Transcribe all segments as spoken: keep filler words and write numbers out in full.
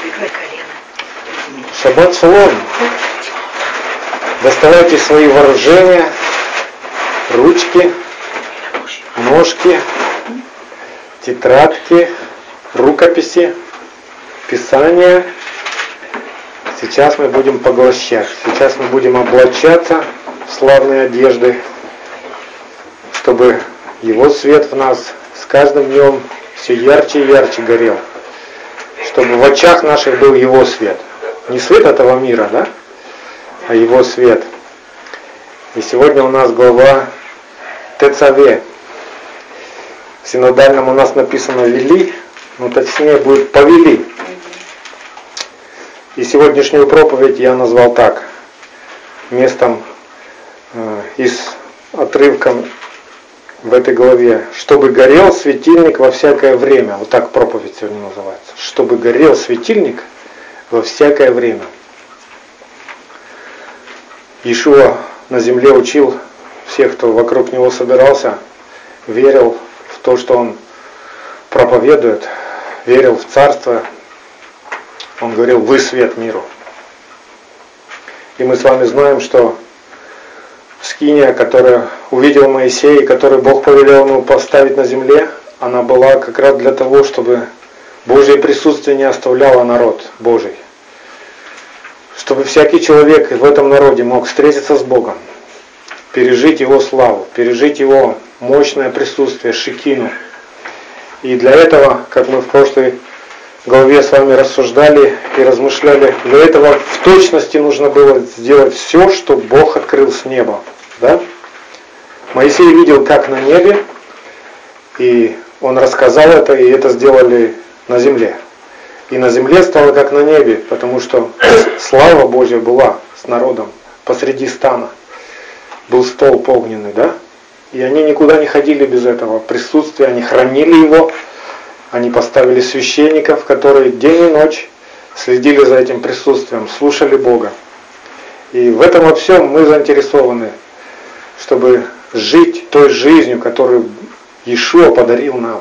Шаббат шалом. Доставайте свои вооружения, ручки, ножки, тетрадки, рукописи, писания. Сейчас мы будем поглощать. Сейчас мы будем облачаться в славные одежды, чтобы Его свет в нас с каждым днем все ярче и ярче горел. Чтобы в очах наших был Его свет. Не свет этого мира, да? А Его свет. И сегодня у нас глава Тецаве. В синодальном у нас написано «вели», но точнее будет «повели». И сегодняшнюю проповедь я назвал так, местом э, из отрывком в этой главе, чтобы горел светильник во всякое время. Вот так проповедь сегодня называется. Чтобы горел светильник во всякое время. Иешуа на земле учил всех, кто вокруг него собирался, верил в то, что он проповедует, верил в Царство. Он говорил: вы свет миру. И мы с вами знаем, что скиния, которую увидел Моисей, которую Бог повелел ему поставить на земле, она была как раз для того, чтобы Божье присутствие не оставляло народ Божий. Чтобы всякий человек в этом народе мог встретиться с Богом, пережить Его славу, пережить Его мощное присутствие, шекину. И для этого, как мы в прошлой главе с вами рассуждали и размышляли, для этого в точности нужно было сделать все, что Бог открыл с неба. Да? Моисей видел, как на небе, и он рассказал это, и это сделали на земле. И на земле стало как на небе, потому что слава Божья была с народом посреди стана. Был столб огненный, да? И они никуда не ходили без этого присутствия, они хранили его. Они поставили священников, которые день и ночь следили за этим присутствием, слушали Бога. И в этом во всем мы заинтересованы, чтобы жить той жизнью, которую Иешуа подарил нам.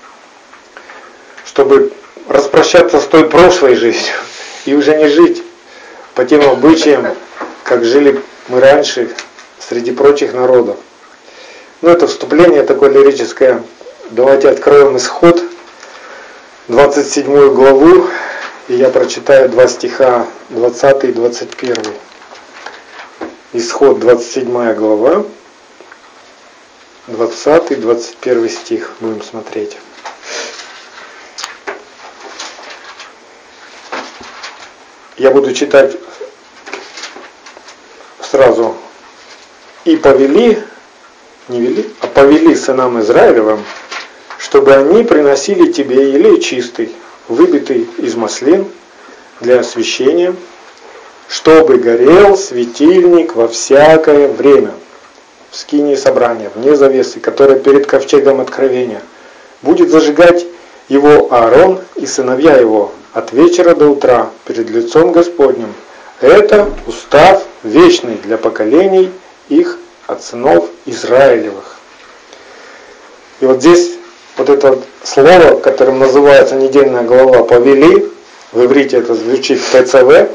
Чтобы распрощаться с той прошлой жизнью и уже не жить по тем обычаям, как жили мы раньше среди прочих народов. Ну, это вступление такое лирическое. Давайте откроем Исход, двадцать седьмую главу, и я прочитаю два стиха, двадцатый и двадцать первый. Исход, двадцать седьмая глава, двадцатый и двадцать первый стих будем смотреть. Я буду читать сразу. «И повели», не вели, а повели сынам Израилевым, чтобы они приносили тебе елей чистый, выбитый из маслин для освящения, чтобы горел светильник во всякое время в скинии собрания, вне завесы, которая перед ковчегом откровения. Будет зажигать его Аарон и сыновья его от вечера до утра перед лицом Господним. Это устав вечный для поколений их от сынов Израилевых». И вот здесь вот это вот слово, которым называется недельная глава «повели», в иврите это звучит «тцв»,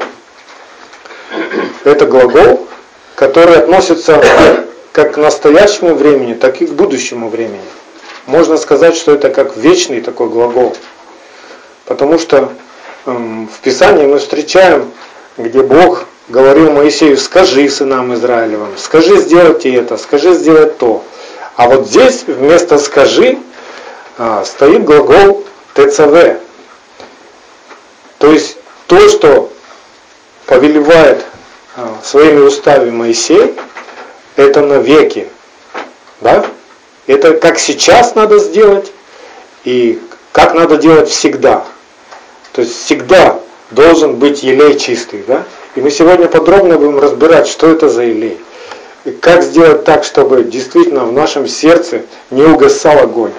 это глагол, который относится как к настоящему времени, так и к будущему времени. Можно сказать, что это как вечный такой глагол. Потому что эм, в Писании мы встречаем, где Бог говорил Моисею: скажи сынам Израилевым, скажи сделайте это, скажи сделать то. А вот здесь вместо скажи а, стоит глагол тцв. То есть то, что повелевает а, своими устами Моисей, это навеки. Да? Это как сейчас надо сделать и как надо делать всегда. То есть всегда должен быть елей чистый. Да? И мы сегодня подробно будем разбирать, что это за елей. И как сделать так, чтобы действительно в нашем сердце не угасал огонь.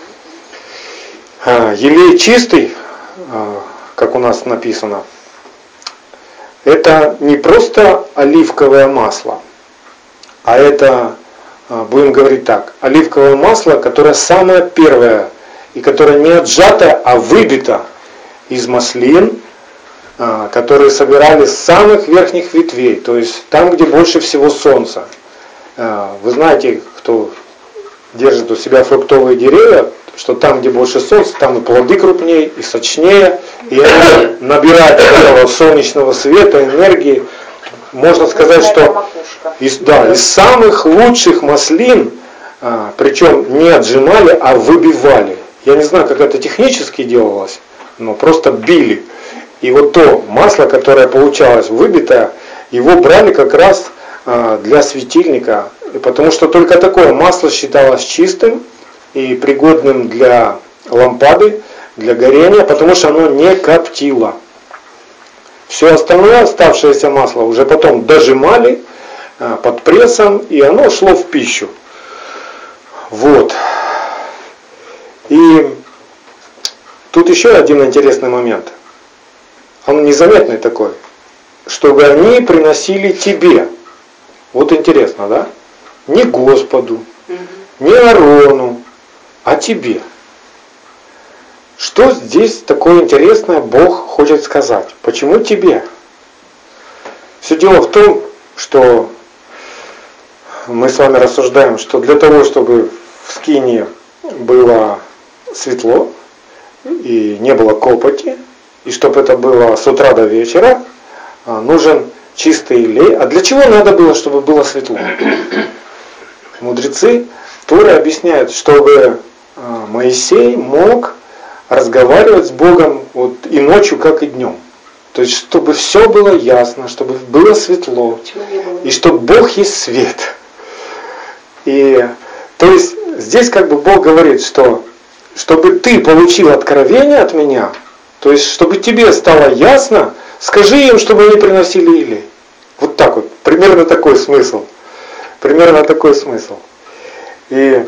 Елей чистый, как у нас написано, это не просто оливковое масло, а это, будем говорить так, оливковое масло, которое самое первое, и которое не отжато, а выбито из маслин, которые собирали с самых верхних ветвей, то есть там, где больше всего солнца. Вы знаете, кто держит у себя фруктовые деревья, что там, где больше солнца, там и плоды крупнее, и сочнее, и они набирают этого солнечного света, энергии. Можно сказать, что из, да, из самых лучших маслин, а, причем не отжимали, а выбивали. Я не знаю, как это технически делалось, но просто били. И вот то масло, которое получалось выбитое, его брали как раз а, для светильника, потому что только такое масло считалось чистым и пригодным для лампады, для горения, потому что оно не коптило. Все остальное, оставшееся масло, уже потом дожимали а, под прессом, и оно шло в пищу. Вот. И тут еще один интересный момент. Он незаметный такой. Чтобы они приносили тебе. Вот интересно, да? Не Господу, не Аарону, а тебе. Что здесь такое интересное Бог хочет сказать? Почему тебе? Все дело в том, что мы с вами рассуждаем, что для того, чтобы в скинии было светло и не было копоти, и чтобы это было с утра до вечера, нужен чистый лей. А для чего надо было, чтобы было светло? Мудрецы Торы объясняют, чтобы Моисей мог разговаривать с Богом вот и ночью, как и днем. То есть, чтобы все было ясно, чтобы было светло, и чтобы Бог есть свет. И, то есть, здесь как бы Бог говорит, что чтобы ты получил откровение от меня, то есть, чтобы тебе стало ясно, скажи им, чтобы они приносили елей. Вот так вот, примерно такой смысл. Примерно такой смысл. И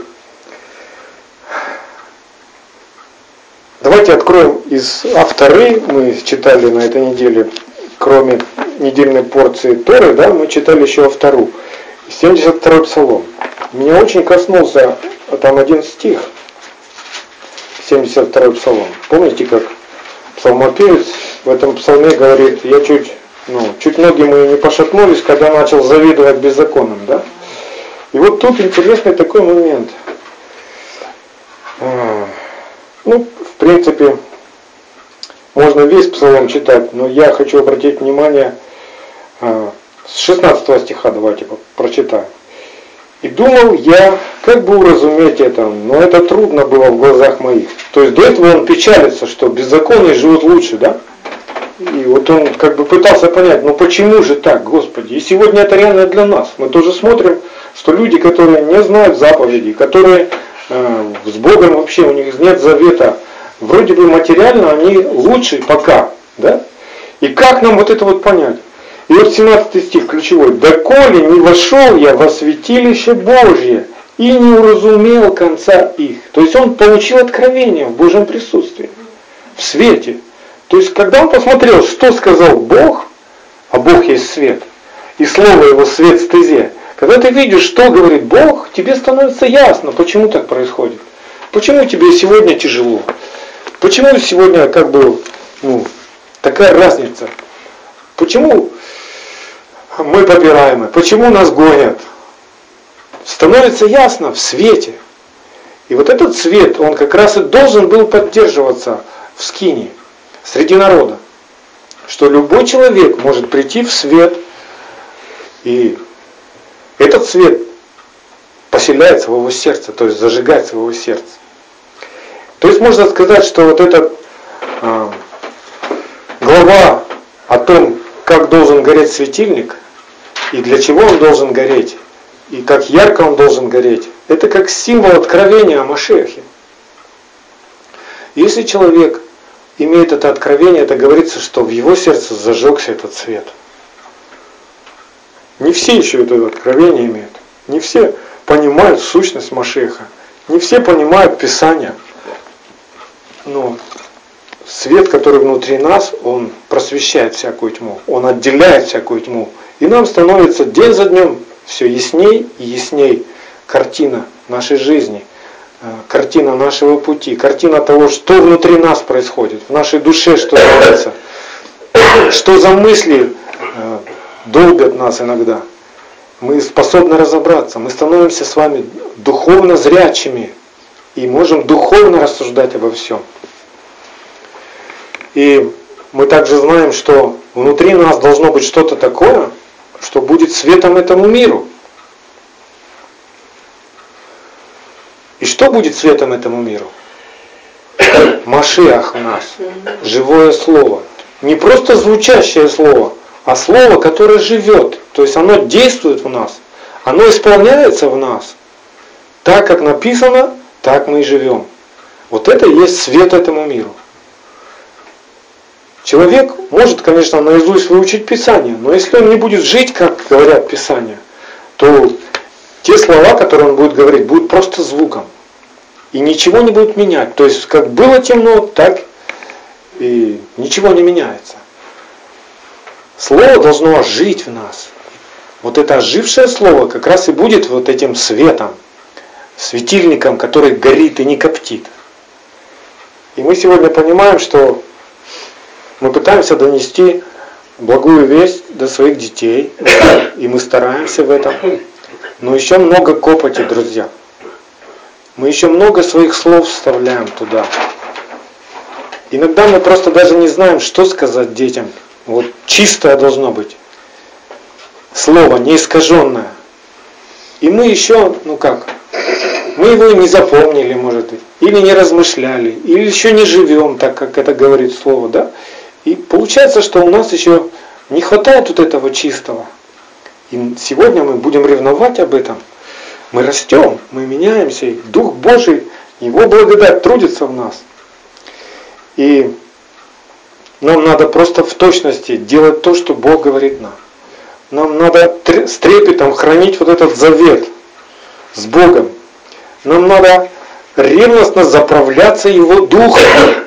давайте откроем из Авторы, мы читали на этой неделе, кроме недельной порции Торы, да, мы читали еще Автору, семьдесят второй Псалом. Меня очень коснулся там один стих, семьдесят второй Псалом. Помните, как псалмопевец в этом псалме говорит, я чуть, ну, чуть ноги мои не пошатнулись, когда начал завидовать беззаконным, да? И вот тут интересный такой момент. Ну, в принципе, можно весь псалом читать, но я хочу обратить внимание с шестнадцатого стиха, давайте прочитаем. «И думал я, как бы уразуметь это, но это трудно было в глазах моих». То есть до этого он печалится, что беззаконные живут лучше, да? И вот он как бы пытался понять, ну почему же так, Господи? И сегодня это реально для нас. Мы тоже смотрим, что люди, которые не знают заповедей, которые э, с Богом вообще, у них нет завета, вроде бы материально они лучше пока, да? И как нам вот это вот понять? И вот семнадцатый стих ключевой. «Доколе не вошел я во святилище Божье и не уразумел конца их». То есть он получил откровение в Божьем присутствии, в свете. То есть когда он посмотрел, что сказал Бог, а Бог есть свет, и слово его свет в стезе, когда ты видишь, что говорит Бог, тебе становится ясно, почему так происходит. Почему тебе сегодня тяжело. Почему сегодня как бы ну, такая разница. Почему мы попираемы, почему нас гонят. Становится ясно в свете. И вот этот свет, он как раз и должен был поддерживаться в скинии, среди народа. Что любой человек может прийти в свет, и этот свет поселяется в его сердце, то есть зажигается в его сердце. То есть можно сказать, что вот эта э, глава о том, как должен гореть светильник, и для чего он должен гореть, и как ярко он должен гореть, это как символ откровения о Машиахе. Если человек имеет это откровение, это говорится, что в его сердце зажегся этот свет. Не все еще это откровение имеют. Не все понимают сущность Машиаха. Не все понимают Писание. Но свет, который внутри нас, он просвещает всякую тьму. Он отделяет всякую тьму. И нам становится день за днем все ясней и ясней картина нашей жизни. Картина нашего пути, картина того, что внутри нас происходит, в нашей душе что творится, что за мысли э, долбят нас иногда. Мы способны разобраться, мы становимся с вами духовно зрячими и можем духовно рассуждать обо всем. И мы также знаем, что внутри нас должно быть что-то такое, что будет светом этому миру. И что будет светом этому миру? Машиах в нас, живое слово. Не просто звучащее слово, а слово, которое живет. То есть оно действует в нас, оно исполняется в нас. Так, как написано, так мы и живем. Вот это и есть свет этому миру. Человек может, конечно, наизусть выучить Писание, но если он не будет жить, как говорят Писания, то те слова, которые он будет говорить, будут просто звуком. И ничего не будет менять. То есть, как было темно, так и ничего не меняется. Слово должно ожить в нас. Вот это ожившее слово как раз и будет вот этим светом, светильником, который горит и не коптит. И мы сегодня понимаем, что мы пытаемся донести благую весть до своих детей, и мы стараемся в этом. Но еще много копоти, друзья. Мы еще много своих слов вставляем туда. Иногда мы просто даже не знаем, что сказать детям. Вот чистое должно быть. Слово, не искаженное. И мы еще, ну как, мы его не запомнили, может быть, или не размышляли, или еще не живем так, как это говорит слово, да? И получается, что у нас еще не хватает вот этого чистого. И сегодня мы будем ревновать об этом. Мы растем, мы меняемся, и Дух Божий, Его благодать трудится в нас. И нам надо просто в точности делать то, что Бог говорит нам. Нам надо с трепетом хранить вот этот завет с Богом. Нам надо ревностно заправляться Его Духом.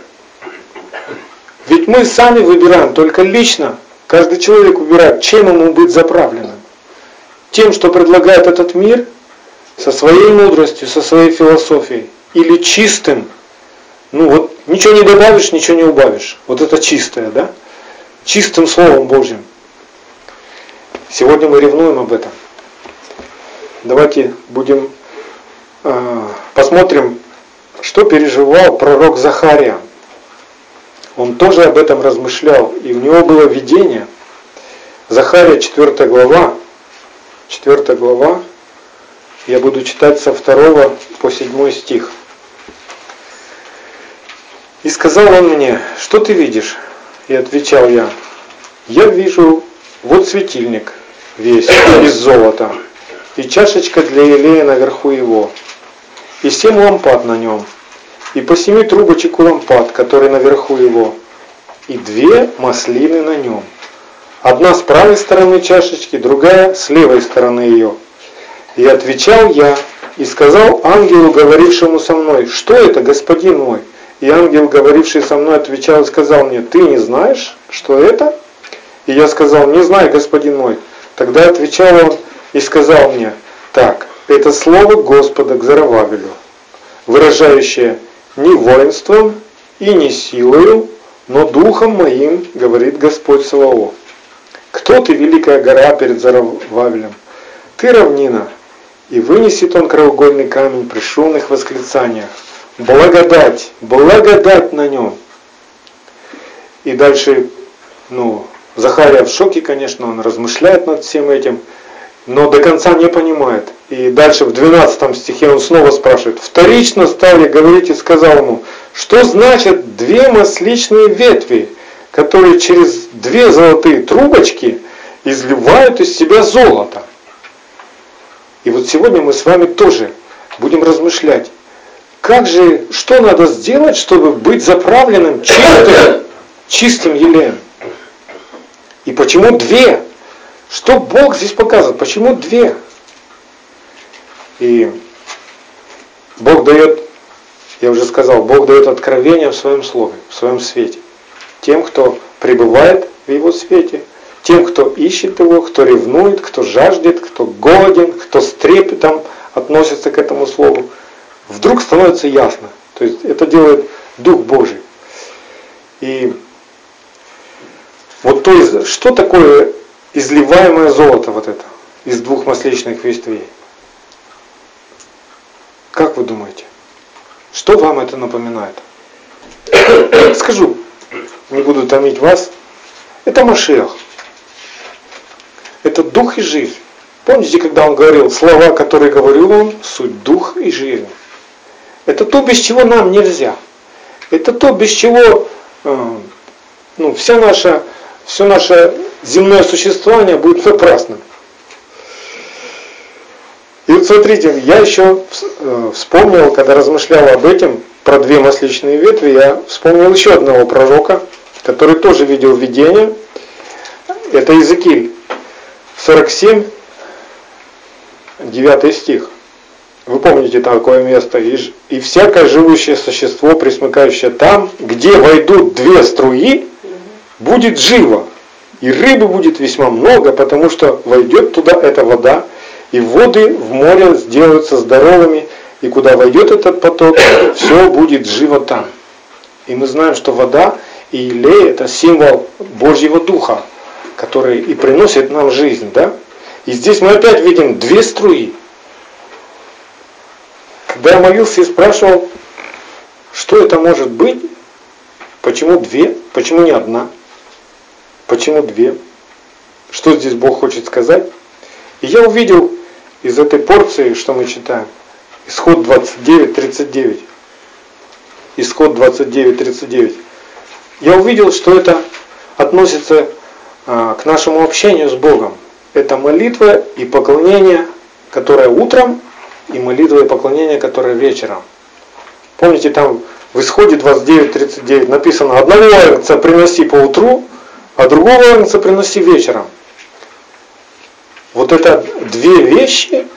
Ведь мы сами выбираем, только лично. Каждый человек выбирает, чем ему быть заправленным. Тем, что предлагает этот мир, со своей мудростью, со своей философией. Или чистым. Ну вот, ничего не добавишь, ничего не убавишь. Вот это чистое, да? Чистым Словом Божьим. Сегодня мы ревнуем об этом. Давайте будем э, посмотрим, что переживал пророк Захария. Он тоже об этом размышлял, и у него было видение. Захария, четвёртая глава. четвёртая глава. Я буду читать со второго по седьмой стих. «И сказал он мне, что ты видишь? И отвечал я, я вижу вот светильник весь из золота, и чашечка для елея наверху его, и семь лампад на нем, и по семи трубочек у лампад, которые наверху его, и две маслины на нем. Одна с правой стороны чашечки, другая с левой стороны ее. И отвечал я, и сказал ангелу, говорившему со мной, что это, господин мой? И ангел, говоривший со мной, отвечал и сказал мне, ты не знаешь, что это? И я сказал, не знаю, господин мой. Тогда отвечал он и сказал мне, так, это слово Господа к Зоровавелю, выражающее не воинством и не силою, но духом моим, говорит Господь Саваоф. Кто ты, великая гора перед Зоровавелем? Ты равнина, и вынесет он краеугольный камень при шумных восклицаниях. Благодать, благодать на нем. И дальше, ну, Захария в шоке, конечно, он размышляет над всем этим, но до конца не понимает. И дальше в двенадцатом стихе он снова спрашивает. Вторично стал я говорить и сказал ему, что значит две масличные ветви, которые через две золотые трубочки изливают из себя золото. И вот сегодня мы с вами тоже будем размышлять, как же, что надо сделать, чтобы быть заправленным чистым, чистым елеем. И почему две? Что Бог здесь показывает? Почему две? И Бог дает, я уже сказал, Бог дает откровение в своем слове, в своем свете. Тем, кто пребывает в Его свете, тем, кто ищет Его, кто ревнует, кто жаждет, кто голоден, кто с трепетом относится к этому слову, вдруг становится ясно. То есть это делает Дух Божий. И Вот то есть, что такое изливаемое золото вот это из двух масличных ветвей? Как вы думаете? Что вам это напоминает? Скажу, не буду томить вас. Это Машиах. Это дух и жизнь. Помните, когда он говорил, слова, которые говорю вам, суть дух и жизнь. Это то, без чего нам нельзя. Это то, без чего э, ну, вся наша, все наше земное существование будет напрасным. И вот смотрите, я еще вспомнил, когда размышлял об этом, про две масличные ветви, я вспомнил еще одного пророка, который тоже видел видение. Это Иезекииль, сорок семь, девятый стих. Вы помните такое место. «И, и всякое живущее существо, пресмыкающее там, где войдут две струи, будет живо, и рыбы будет весьма много, потому что войдет туда эта вода, и воды в море сделаются здоровыми, и куда войдет этот поток, все будет живо там». И мы знаем, что вода и илей – это символ Божьего Духа, который и приносит нам жизнь. Да? И здесь мы опять видим две струи. Когда я молился и спрашивал, что это может быть, почему две, почему не одна, почему две, что здесь Бог хочет сказать. И я увидел из этой порции, что мы читаем, Исход двадцать девять тридцать девять. Исход двадцать девять тридцать девять. Я увидел, что это относится а, к нашему общению с Богом. Это молитва и поклонение, которое утром, и молитва и поклонение, которое вечером. Помните, там в Исходе двадцать девять тридцать девять написано: одного агнца приноси по утру, а другого агнца приноси вечером. Вот это две вещи,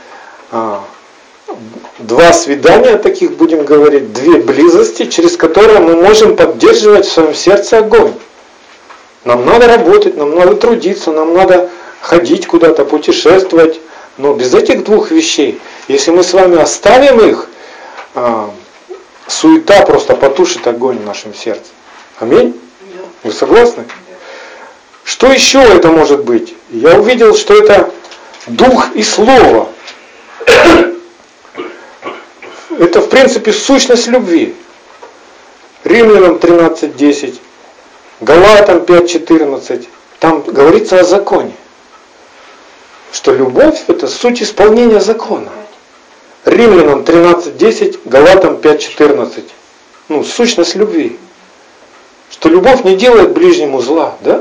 два свидания, таких будем говорить, две близости, через которые мы можем поддерживать в своем сердце огонь. Нам надо работать, нам надо трудиться, нам надо ходить куда-то, путешествовать. Но без этих двух вещей, если мы с вами оставим их, суета просто потушит огонь в нашем сердце. Аминь? Вы согласны? Что еще это может быть? Я увидел, что это дух и слово. Это, в принципе, сущность любви. Римлянам тринадцать десять, Галатам пять четырнадцать. Там говорится о законе. Что любовь – это суть исполнения закона. Римлянам тринадцать десять, Галатам пять четырнадцать. Ну, сущность любви. Что любовь не делает ближнему зла, да?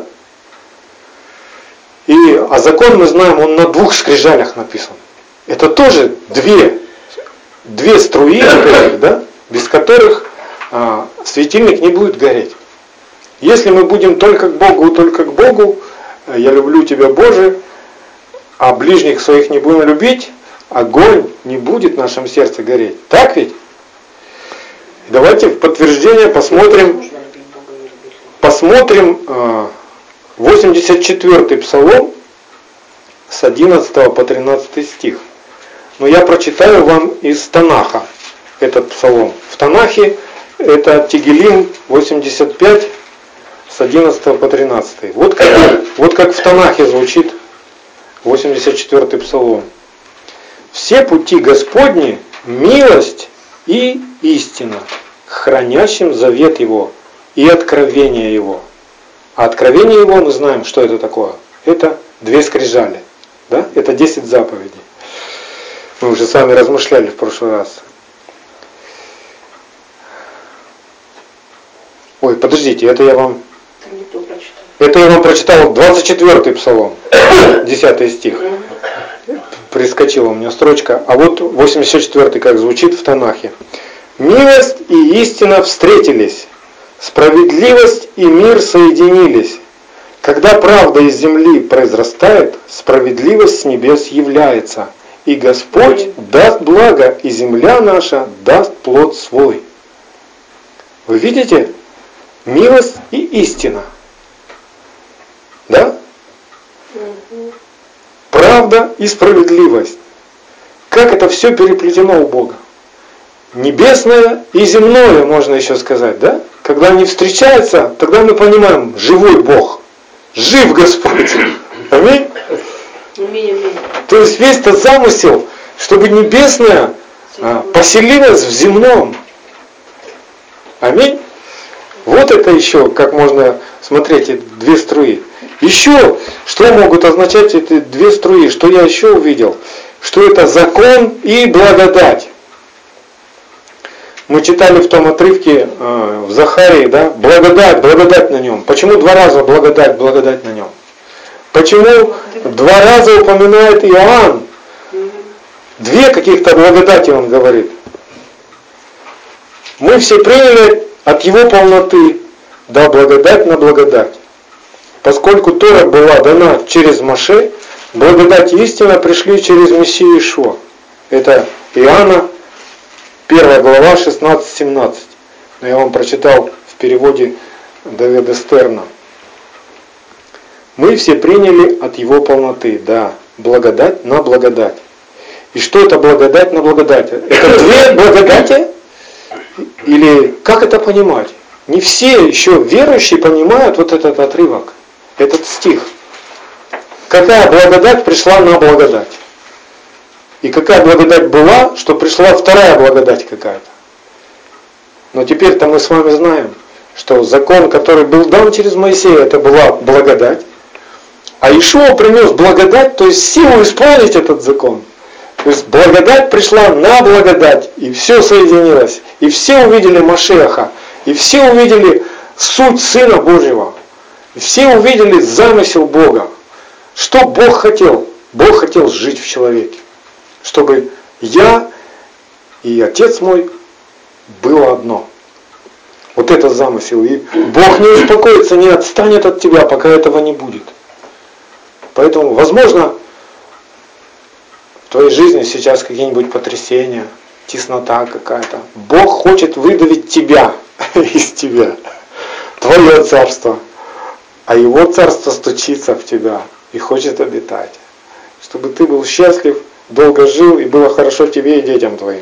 И, а закон, мы знаем, он на двух скрижалях написан. Это тоже две, две струи, да, без которых а, светильник не будет гореть. Если мы будем только к Богу, только к Богу, я люблю тебя, Боже, а ближних своих не будем любить, огонь не будет в нашем сердце гореть. Так ведь? Давайте в подтверждение посмотрим, посмотрим а, восемьдесят четвёртый псалом с одиннадцатого по тринадцатый стих. Но я прочитаю вам из Танаха этот псалом. В Танахе это Тегелим восемьдесят пять с одиннадцатого по тринадцатый. Вот как, вот как в Танахе звучит восемьдесят четвёртый псалом. «Все пути Господни – милость и истина, хранящим завет Его и откровение Его». А откровение Его, мы знаем, что это такое. Это две скрижали. Да? Это десять заповедей. Мы уже с вами размышляли в прошлый раз. Ой, подождите, это я вам... Это я вам прочитал двадцать четвёртый псалом, десятый стих. Прискочила у меня строчка. А вот восемьдесят четвёртый как звучит в Танахе. «Милость и истина встретились, справедливость и мир соединились. Когда правда из земли произрастает, справедливость с небес является. И Господь даст благо, и земля наша даст плод свой». Вы видите? Милость и истина. Да? Правда и справедливость. Как это все переплетено у Бога. Небесное и земное, можно еще сказать, да? Когда они встречаются, тогда мы понимаем, живой Бог. жив Господь. Аминь. То есть весь этот замысел, чтобы небесное а, поселилось в земном. Аминь. Вот это еще, как можно смотреть эти две струи. Еще, что могут означать эти две струи, что я еще увидел, что это закон и благодать. Мы читали в том отрывке э, в Захарии, да, благодать, благодать на нем. Почему два раза благодать, благодать на нем? Почему два раза упоминает Иоанн? Две каких-то благодати он говорит. Мы все приняли от его полноты, да, благодать на благодать. Поскольку Тора была дана через Моше, благодать и истина пришли через Мессию Иешуа. Это Иоанна, первая глава, шестнадцать семнадцать. Но я вам прочитал в переводе Давида Стерна. Мы все приняли от его полноты, да, благодать на благодать. И что это благодать на благодать? Это две благодати? Или как это понимать? Не все еще верующие понимают вот этот отрывок, этот стих. Какая благодать пришла на благодать? И какая благодать была, что пришла вторая благодать какая-то? Но теперь-то мы с вами знаем, что закон, который был дан через Моисея, это была благодать. А Иешуа принес благодать, то есть силу исполнить этот закон. То есть благодать пришла на благодать, и все соединилось. И все увидели Машеха, и все увидели суть Сына Божьего. И все увидели замысел Бога. Что Бог хотел? Бог хотел жить в человеке. Чтобы я и Отец мой было одно. Вот это замысел. И Бог не успокоится, не отстанет от тебя, пока этого не будет. Поэтому, возможно, в твоей жизни сейчас какие-нибудь потрясения, теснота какая-то. Бог хочет выдавить тебя из тебя, твое царство. А его царство стучится в тебя и хочет обитать. Чтобы ты был счастлив, долго жил и было хорошо тебе и детям твоим.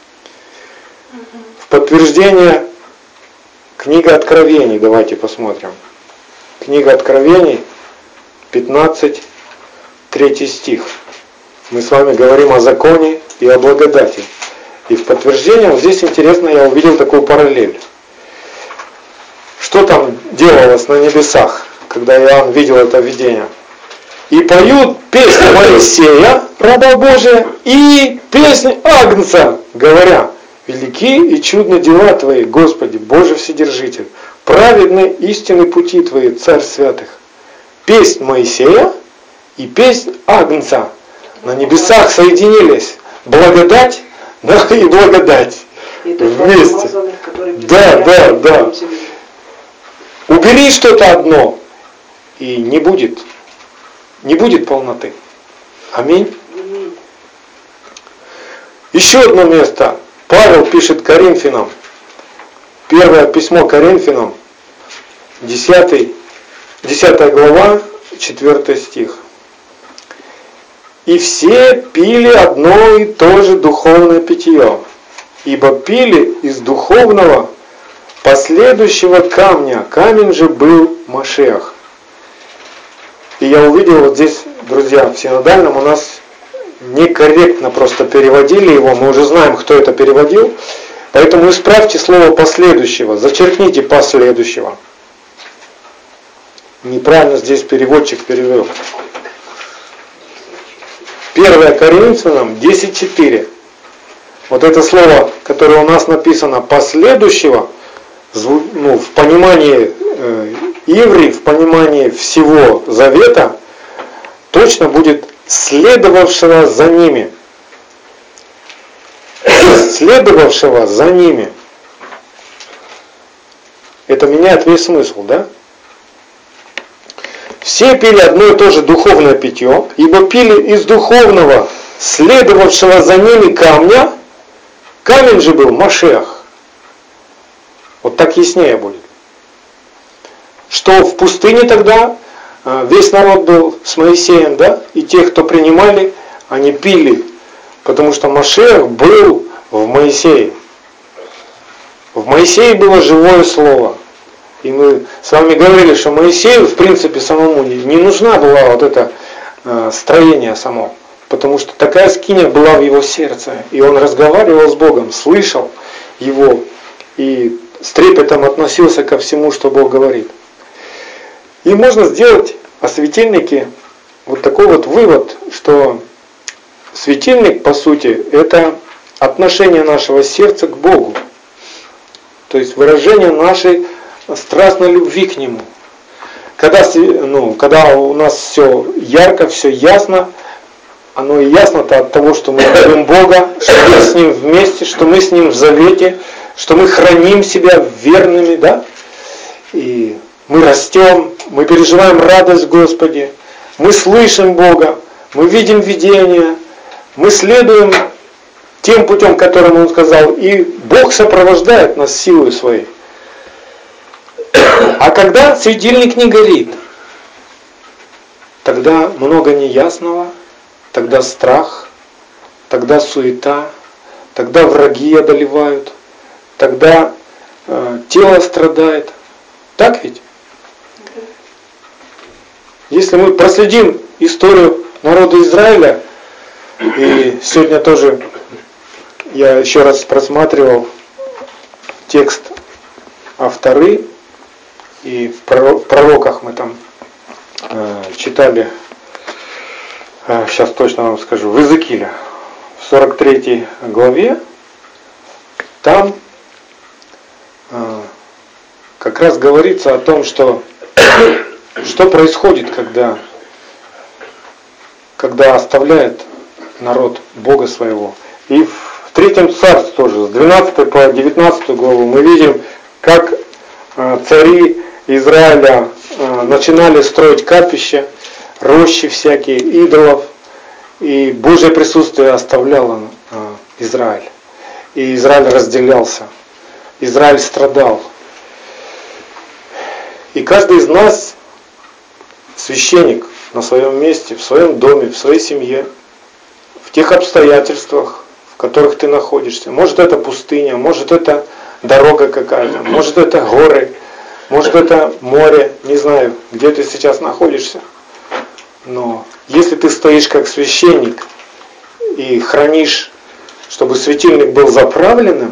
В подтверждение книга Откровений, давайте посмотрим. Книга Откровений, пятнадцать, третий стих. Мы с вами говорим о законе и о благодати. И в подтверждение, вот здесь интересно, я увидел такую параллель. Что там делалось на небесах, когда Иоанн видел это видение? И поют песнь Моисея, раба Божия, и песнь Агнца, говоря: велики и чудны дела Твои, Господи, Боже Вседержитель, праведны истинны пути Твои, Царь святых. Песнь Моисея и песнь Агнца. На небесах соединились благодать, да, и благодать. Это вместе. Помазанных, да, да, да. Убери что-то одно, и не будет, не будет полноты. Аминь. Аминь. Еще одно место. Павел пишет Коринфянам. Первое письмо Коринфянам, десятая глава, четвёртый стих. И все пили одно и то же духовное питье, ибо пили из духовного последующего камня. Камень же был Машиах. И я увидел вот здесь, друзья, в синодальном у нас некорректно просто переводили его. Мы уже знаем, кто это переводил. Поэтому исправьте слово последующего. Зачеркните последующего. Неправильно здесь переводчик перевел. первое Коринфянам десять четыре. Вот это слово, которое у нас написано последующего, ну, в понимании э, иври, в понимании всего завета, точно будет следовавшего за ними. Следовавшего за ними. Это меняет весь смысл, да? Все пили одно и то же духовное питье, ибо пили из духовного, следовавшего за ними камня. Камень же был Машиах. Вот так яснее будет. Что в пустыне тогда весь народ был с Моисеем, да? И те, кто принимали, они пили. Потому что Машиах был в Моисее. В Моисее было живое слово. И мы с вами говорили, что Моисею, в принципе, самому не нужна была вот это э, строение само. Потому что такая скиния была в его сердце. И он разговаривал с Богом, слышал его и с трепетом относился ко всему, что Бог говорит. И можно сделать о светильнике вот такой вот вывод, что светильник, по сути, это отношение нашего сердца к Богу. То есть выражение нашей страстной любви к Нему. Когда, ну, когда у нас все ярко, все ясно, оно и ясно-то от того, что мы любим Бога, что мы с Ним вместе, что мы с Ним в завете, что мы храним себя верными, да? И мы растем, мы переживаем радость в Господе, мы слышим Бога, мы видим видение, мы следуем тем путем, которым Он сказал, и Бог сопровождает нас силой своей. А когда светильник не горит, тогда много неясного, тогда страх, тогда суета, тогда враги одолевают, тогда э, тело страдает. Так ведь? Если мы проследим историю народа Израиля, и сегодня тоже я еще раз просматривал текст авторы, и в пророках мы там э, читали, э, сейчас точно вам скажу, в Иезекииле, в сорок третьей главе, там э, как раз говорится о том, что что происходит, когда, когда оставляет народ Бога своего. И в третьем царстве тоже, с двенадцатой по девятнадцатую главу, мы видим, как э, цари Израиля э, начинали строить капища, рощи всякие, идолов, и Божье присутствие оставляло э, Израиль. И Израиль разделялся, Израиль страдал. И каждый из нас, священник, на своем месте, в своем доме, в своей семье, в тех обстоятельствах, в которых ты находишься. Может это пустыня, может это дорога какая-то, может это горы, может это море, не знаю, где ты сейчас находишься. Но если ты стоишь как священник и хранишь, чтобы светильник был заправленным,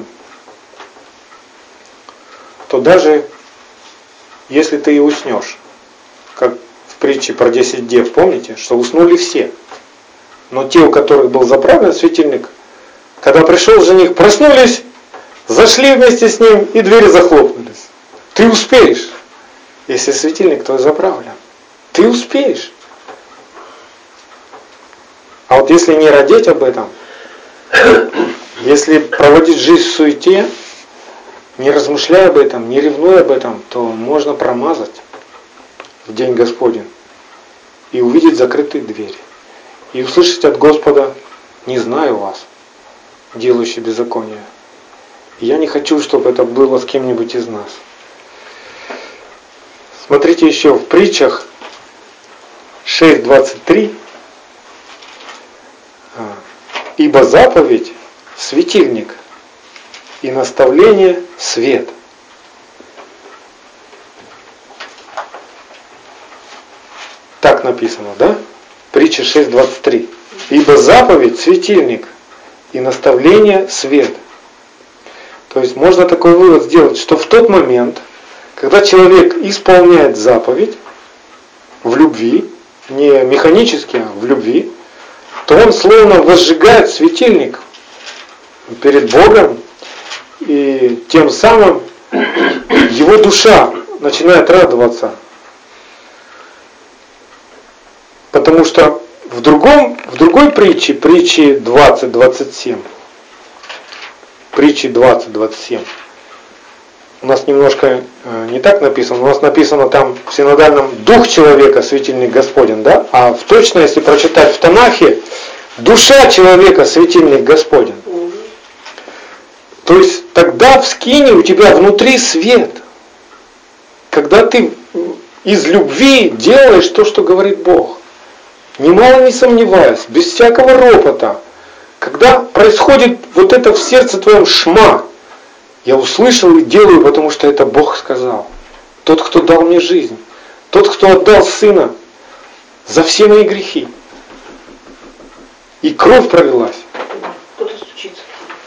то даже если ты и уснешь, как в притче про десять дев, помните, что уснули все. Но те, у которых был заправлен светильник, когда пришел жених, проснулись, зашли вместе с ним, и двери захлопнулись. Ты успеешь, если светильник твой заправлен. Ты успеешь. А вот если не родить об этом, если проводить жизнь в суете, не размышляя об этом, не ревнуя об этом, то можно промазать в день Господень и увидеть закрытые двери. И услышать от Господа: не знаю вас, делающий беззаконие. И я не хочу, чтобы это было с кем-нибудь из нас. Смотрите еще в притчах шесть двадцать три. Ибо заповедь — светильник, и наставление — свет. Так написано, да? Притча шесть двадцать три. Ибо заповедь — светильник, и наставление — свет. То есть можно такой вывод сделать, что в тот момент, когда человек исполняет заповедь в любви, не механически, а в любви, то он словно возжигает светильник перед Богом, и тем самым его душа начинает радоваться. Потому что в, другом, в другой притче, притче двадцать двадцать семь, притче двадцать двадцать семь, у нас немножко э, не так написано, у нас написано там в синодальном «дух человека, светильник Господень», да? А в точно, если прочитать в Танахе, «душа человека, светильник Господень». То есть тогда в скинии у тебя внутри свет. Когда ты из любви делаешь то, что говорит Бог. Немало не сомневаясь, без всякого ропота. Когда происходит вот это в сердце твоем шма, я услышал и делаю, потому что это Бог сказал. тот, кто дал мне жизнь, тот, кто отдал Сына за все мои грехи. И кровь пролилась. Кто-то стучится.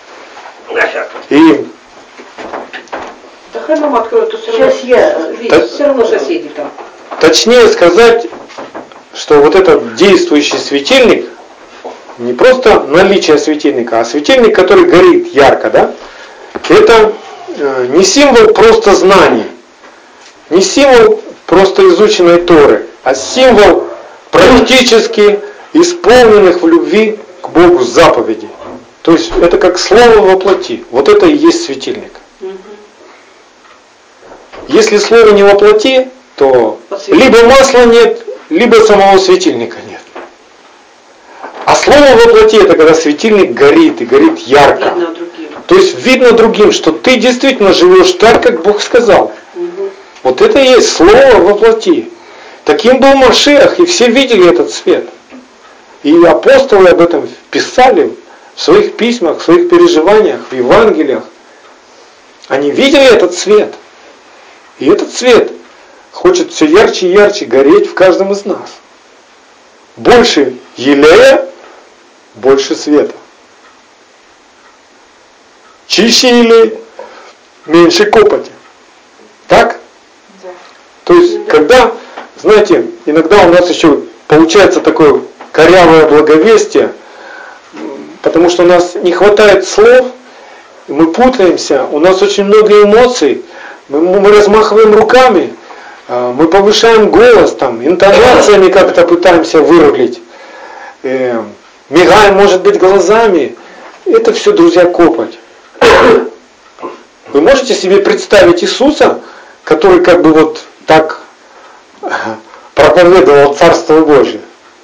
И да хай мама откроет, то все равно, Сейчас я. видишь, Т- все равно соседи там. точнее сказать, что вот этот действующий светильник, не просто наличие светильника, а светильник, который горит ярко, да, это э, не символ просто знаний, не символ просто изученной Торы, а символ практически исполненных в любви к Богу заповедей. То есть это как слово во плоти. Вот это и есть светильник. Угу. Если слово не во плоти, то либо масла нет, либо самого светильника нет. А слово во плоти это когда светильник горит и горит ярко. Видно другим. То есть видно другим, что ты действительно живешь так, как Бог сказал. Угу. Вот это и есть слово во плоти. Таким был Машиах, и все видели этот свет. И апостолы об этом писали в своих письмах, в своих переживаниях, в Евангелиях. Они видели этот свет. И этот свет хочет все ярче и ярче гореть в каждом из нас. Больше елея, больше света. Чище елей, меньше копоти. Так? Да. То есть, когда, знаете, иногда у нас еще получается такое корявое благовестие, потому что у нас не хватает слов, мы путаемся, у нас очень много эмоций, мы, мы размахиваем руками, мы повышаем голос, там, интонациями как-то пытаемся вырулить, э, мигаем, может быть, глазами. Это все, друзья, копоть. Вы можете себе представить Иисуса, который как бы вот так проповедовал Царство Божие?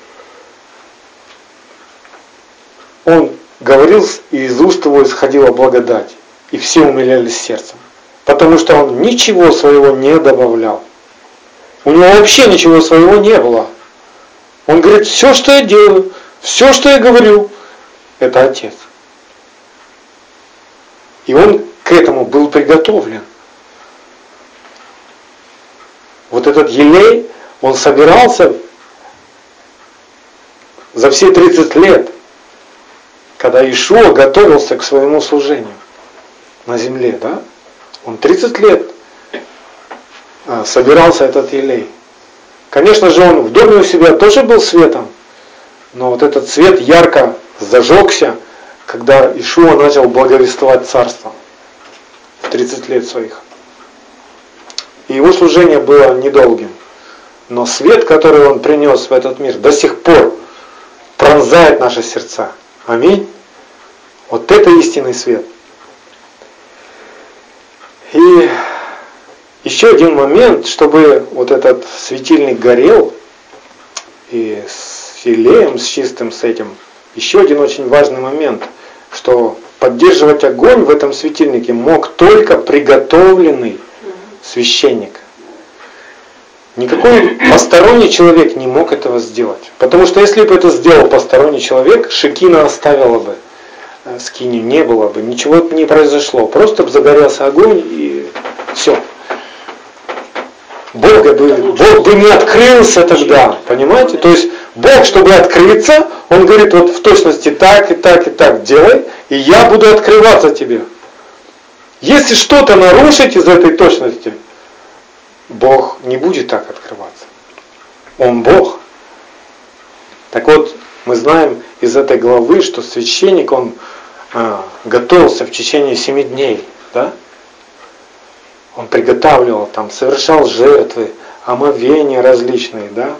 Он говорил, и из уст его исходила благодать, и все умилялись сердцем, потому что он ничего своего не добавлял. У него вообще ничего своего не было. Он говорит, все, что я делаю, все, что я говорю, это Отец. И он к этому был приготовлен. Вот этот елей, он собирался за все тридцать лет, когда Иешуа готовился к своему служению на земле, да? Он тридцать лет собирался этот елей. Конечно же, он в доме у себя тоже был светом, но вот этот свет ярко зажегся, когда Иешуа начал благовествовать царство в тридцать лет своих. И его служение было недолгим. Но свет, который он принес в этот мир, до сих пор пронзает наши сердца. Аминь. Вот это истинный свет. И еще один момент, чтобы вот этот светильник горел, и с елеем, с чистым с этим, еще один очень важный момент, что поддерживать огонь в этом светильнике мог только приготовленный священник. Никакой посторонний человек не мог этого сделать. Потому что если бы это сделал посторонний человек, Шекина оставила бы скинию, не было бы, ничего бы не произошло. Просто бы загорелся огонь и все. Бог бы, Бог бы не открылся тогда, понимаете? То есть Бог, чтобы открыться, Он говорит, вот в точности так и так и так делай, и я буду открываться тебе. Если что-то нарушить из этой точности, Бог не будет так открываться. Он Бог. Так вот, мы знаем из этой главы, что священник, он а, готовился в течение семи дней, да? Он приготавливал, там, совершал жертвы, омовения различные, да?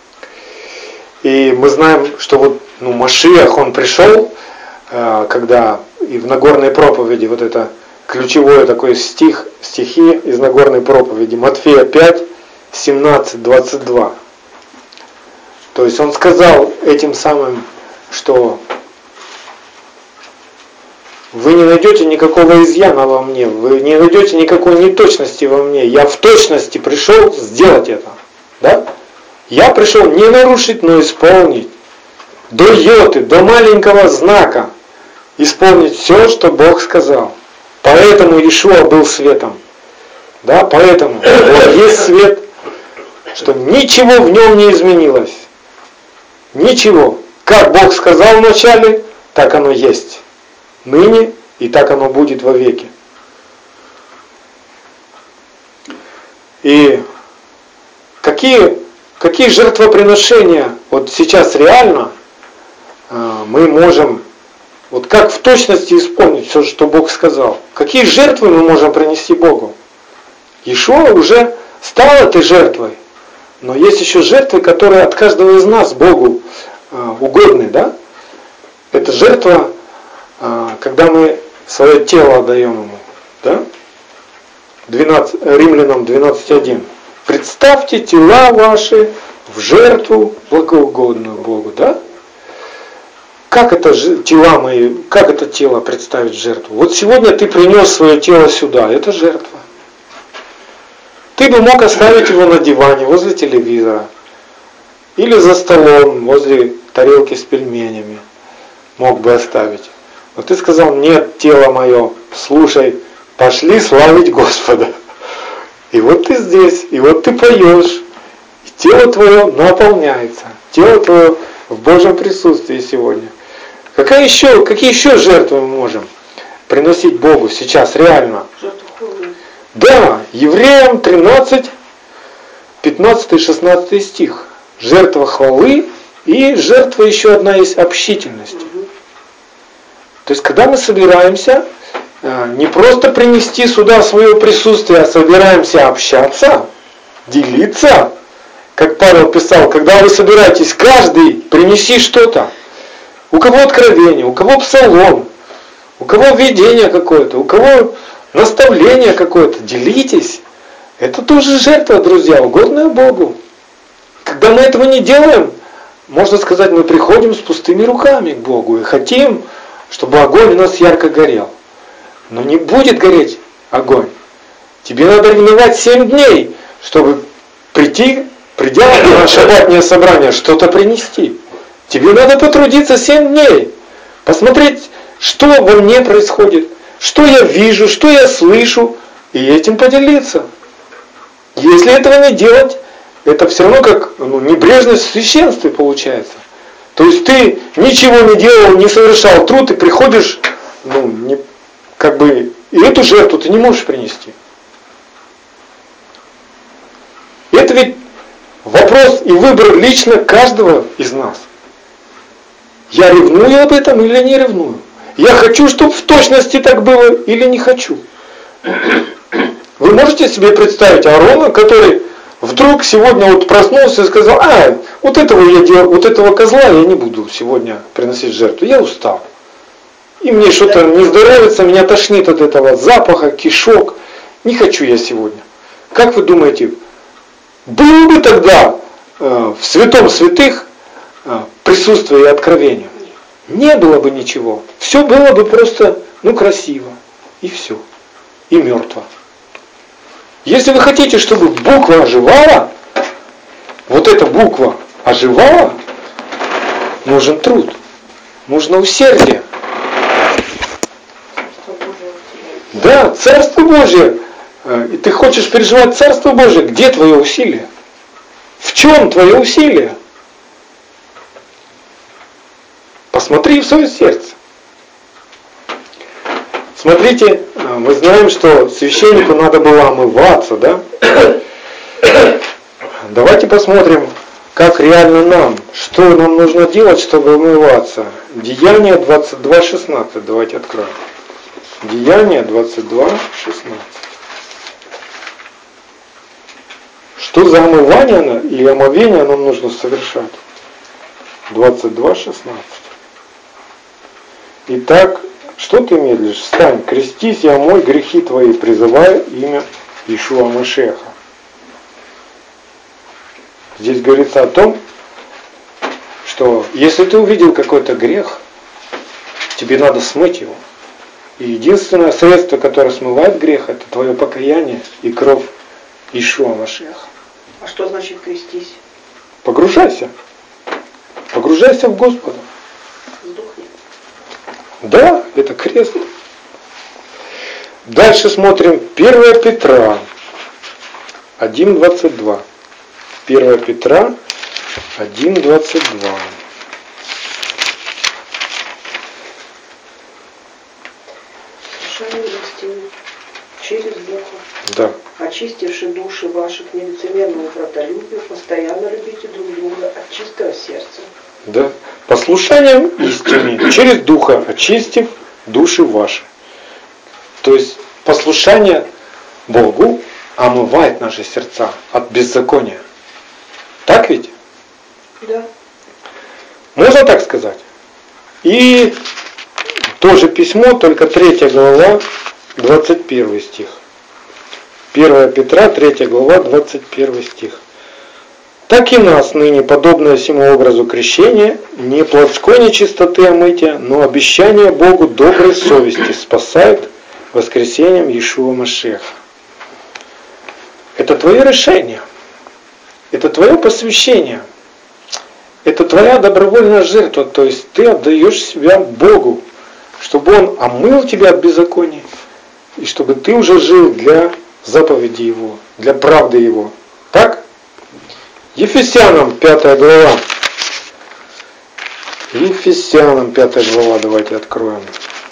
И мы знаем, что вот, ну, Машиах, он пришел, а, когда и в Нагорной проповеди, вот это ключевой такой стих, стихи из Нагорной проповеди, Матфея пять, семнадцать, двадцать два. То есть он сказал этим самым, что вы не найдете никакого изъяна во мне, вы не найдете никакой неточности во мне. Я в точности пришел сделать это. Да? Я пришел не нарушить, но исполнить. До йоты, до маленького знака исполнить все, что Бог сказал. Поэтому Иешуа был светом. Да, поэтому вот есть свет, что ничего в нем не изменилось. Ничего. Как Бог сказал вначале, так оно есть. Ныне и так оно будет вовеки. И какие, какие жертвоприношения вот сейчас реально э, мы можем, вот как в точности исполнить все, что Бог сказал? Какие жертвы мы можем принести Богу? Иешуа уже стал этой жертвой, но есть еще жертвы, которые от каждого из нас Богу э, угодны, да? Это жертва, э, когда мы свое тело отдаем Ему, да? двенадцать, Римлянам двенадцать один. Представьте тела ваши в жертву благоугодную Богу, да? Как это тела мои, как это тело представить в жертву? Вот сегодня ты принес свое тело сюда, это жертва. Ты бы мог оставить его на диване возле телевизора или за столом возле тарелки с пельменями. Мог бы оставить. Но ты сказал: нет, тело мое, слушай, пошли славить Господа. И вот ты здесь, и вот ты поешь, и тело твое наполняется, тело твое в Божьем присутствии сегодня. Какая еще, какие еще жертвы мы можем приносить Богу сейчас реально? Да, Евреям тринадцать, пятнадцатый шестнадцатый стих. Жертва хвалы и жертва еще одна есть общительность. То есть, когда мы собираемся, не просто принести сюда свое присутствие, а собираемся общаться, делиться. Как Павел писал, когда вы собираетесь, каждый принеси что-то. У кого откровение, у кого псалом, у кого видение какое-то, у кого наставление какое-то. Делитесь. Это тоже жертва, друзья, угодная Богу. Когда мы этого не делаем, можно сказать, мы приходим с пустыми руками к Богу и хотим, чтобы огонь у нас ярко горел. Но не будет гореть огонь. Тебе надо ревновать семь дней, чтобы прийти, придя на шаббатное собрание, что-то принести. Тебе надо потрудиться семь дней. Посмотреть, что во мне происходит, что я вижу, что я слышу, и этим поделиться. Если этого не делать, это все равно как ну, небрежность в священстве получается. То есть ты ничего не делал, не совершал труд, и приходишь, ну, не, как бы, и эту жертву ты не можешь принести. Это ведь вопрос и выбор лично каждого из нас. Я ревную об этом или не ревную? Я хочу, чтобы в точности так было, или не хочу? Вы можете себе представить Аарона, который вдруг сегодня вот проснулся и сказал: а, вот этого я делал, вот этого козла я не буду сегодня приносить жертву, я устал. И мне что-то не здоровится, меня тошнит от этого запаха, кишок. Не хочу я сегодня. Как вы думаете, было бы тогда э, в святом святых э, присутствие и откровение? Не было бы ничего. Все было бы просто, ну, красиво. И все. И мертво. Если вы хотите, чтобы буква оживала, вот эта буква оживала, нужен труд, нужно усердие. Да, Царство Божие. И ты хочешь переживать Царство Божие, где твое усилие? В чем твое усилие? Посмотри в свое сердце. Смотрите, мы знаем, что священнику надо было омываться, да? Давайте посмотрим, как реально нам, что нам нужно делать, чтобы омываться. Деяния двадцать два шестнадцать, давайте откроем. Деяния двадцать два шестнадцать. Что за омывание и омовение нам нужно совершать? двадцать два шестнадцать. Итак, что ты медлишь? Встань, крестись и омой грехи твои, призывая имя Иешуа Машеха. Здесь говорится о том, что если ты увидел какой-то грех, тебе надо смыть его. И единственное средство, которое смывает грех, это твое покаяние и кровь Иешуа Машеха. А что значит крестись? Погружайся. Погружайся в Господа. Сдохни. Да, это крест. Дальше смотрим первое Петра, один двадцать два. первое Петра один двадцать два. Слушание истины через Духа. Да. Очистивши души ваши к нелицемерному братолюбию, постоянно любите друг друга от чистого сердца. Да. Послушанием истине через Духа очистив души ваши. То есть послушание Богу омывает наши сердца от беззакония. Так ведь? Да. Можно так сказать? И тоже письмо, только третья глава, двадцать первый стих. первое Петра, третья глава, двадцать первый стих. Так и нас ныне, подобное всему образу крещения, не плотской нечистоты омытия, но обещание Богу доброй совести спасает воскресением Иешуа Машиаха. Это твое решение, это твое посвящение, это твоя добровольная жертва, то есть ты отдаешь себя Богу, чтобы Он омыл тебя от беззакония, и чтобы ты уже жил для заповеди Его, для правды Его. Так? Ефесянам пятая глава. Ефесянам пятая глава, давайте откроем.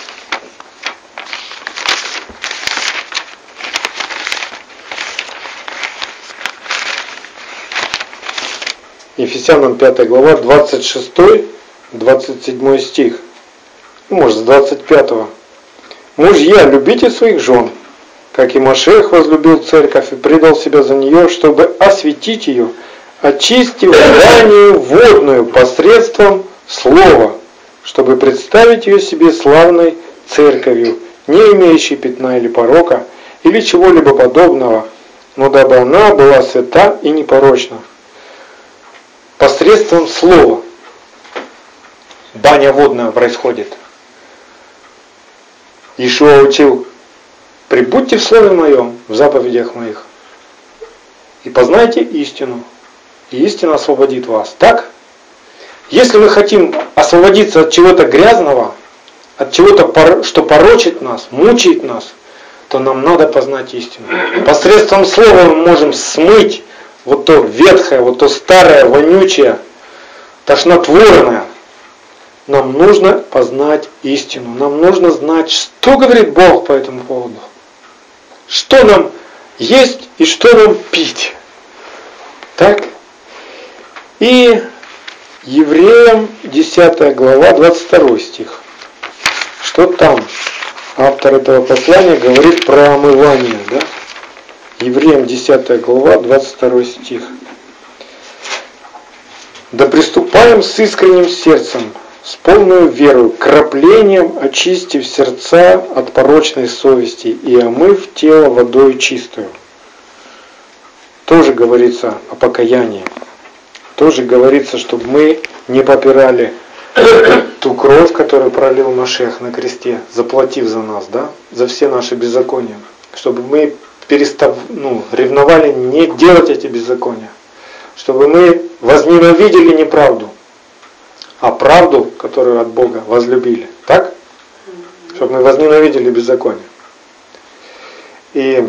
Ефесянам пятая глава, двадцать шестой двадцать седьмой стих. Может, с двадцать пятого. Мужья, любите своих жен, как и Машиах возлюбил церковь и предал себя за нее, чтобы осветить ее, очистив ранее водную посредством слова, чтобы представить ее себе славной церковью, не имеющей пятна или порока, или чего-либо подобного, но дабы она была свята и непорочна. Посредством слова баня водная происходит. Иешуа учил: прибудьте в слове моем, в заповедях моих, и познайте истину, и истина освободит вас. Так? Если мы хотим освободиться от чего-то грязного, от чего-то, что порочит нас, мучает нас, то нам надо познать истину. Посредством слова мы можем смыть вот то ветхое, вот то старое, вонючее, тошнотворное. Нам нужно познать истину. Нам нужно знать, что говорит Бог по этому поводу. Что нам есть и что нам пить. Так? И Евреям десятая глава, двадцать второй стих. Что там автор этого послания говорит про омывание, да? Евреям десятая глава, двадцать второй стих. Да приступаем с искренним сердцем, с полной верою, краплением очистив сердца от порочной совести и омыв тело водой чистую. Тоже говорится о покаянии. Тоже говорится, чтобы мы не попирали ту кровь, которую пролил Машиах на кресте, заплатив за нас, да, за все наши беззакония. Чтобы мы перестав, ну, ревновали не делать эти беззакония. Чтобы мы возненавидели неправду, а правду, которую от Бога возлюбили. Так? Чтобы мы возненавидели беззаконие. И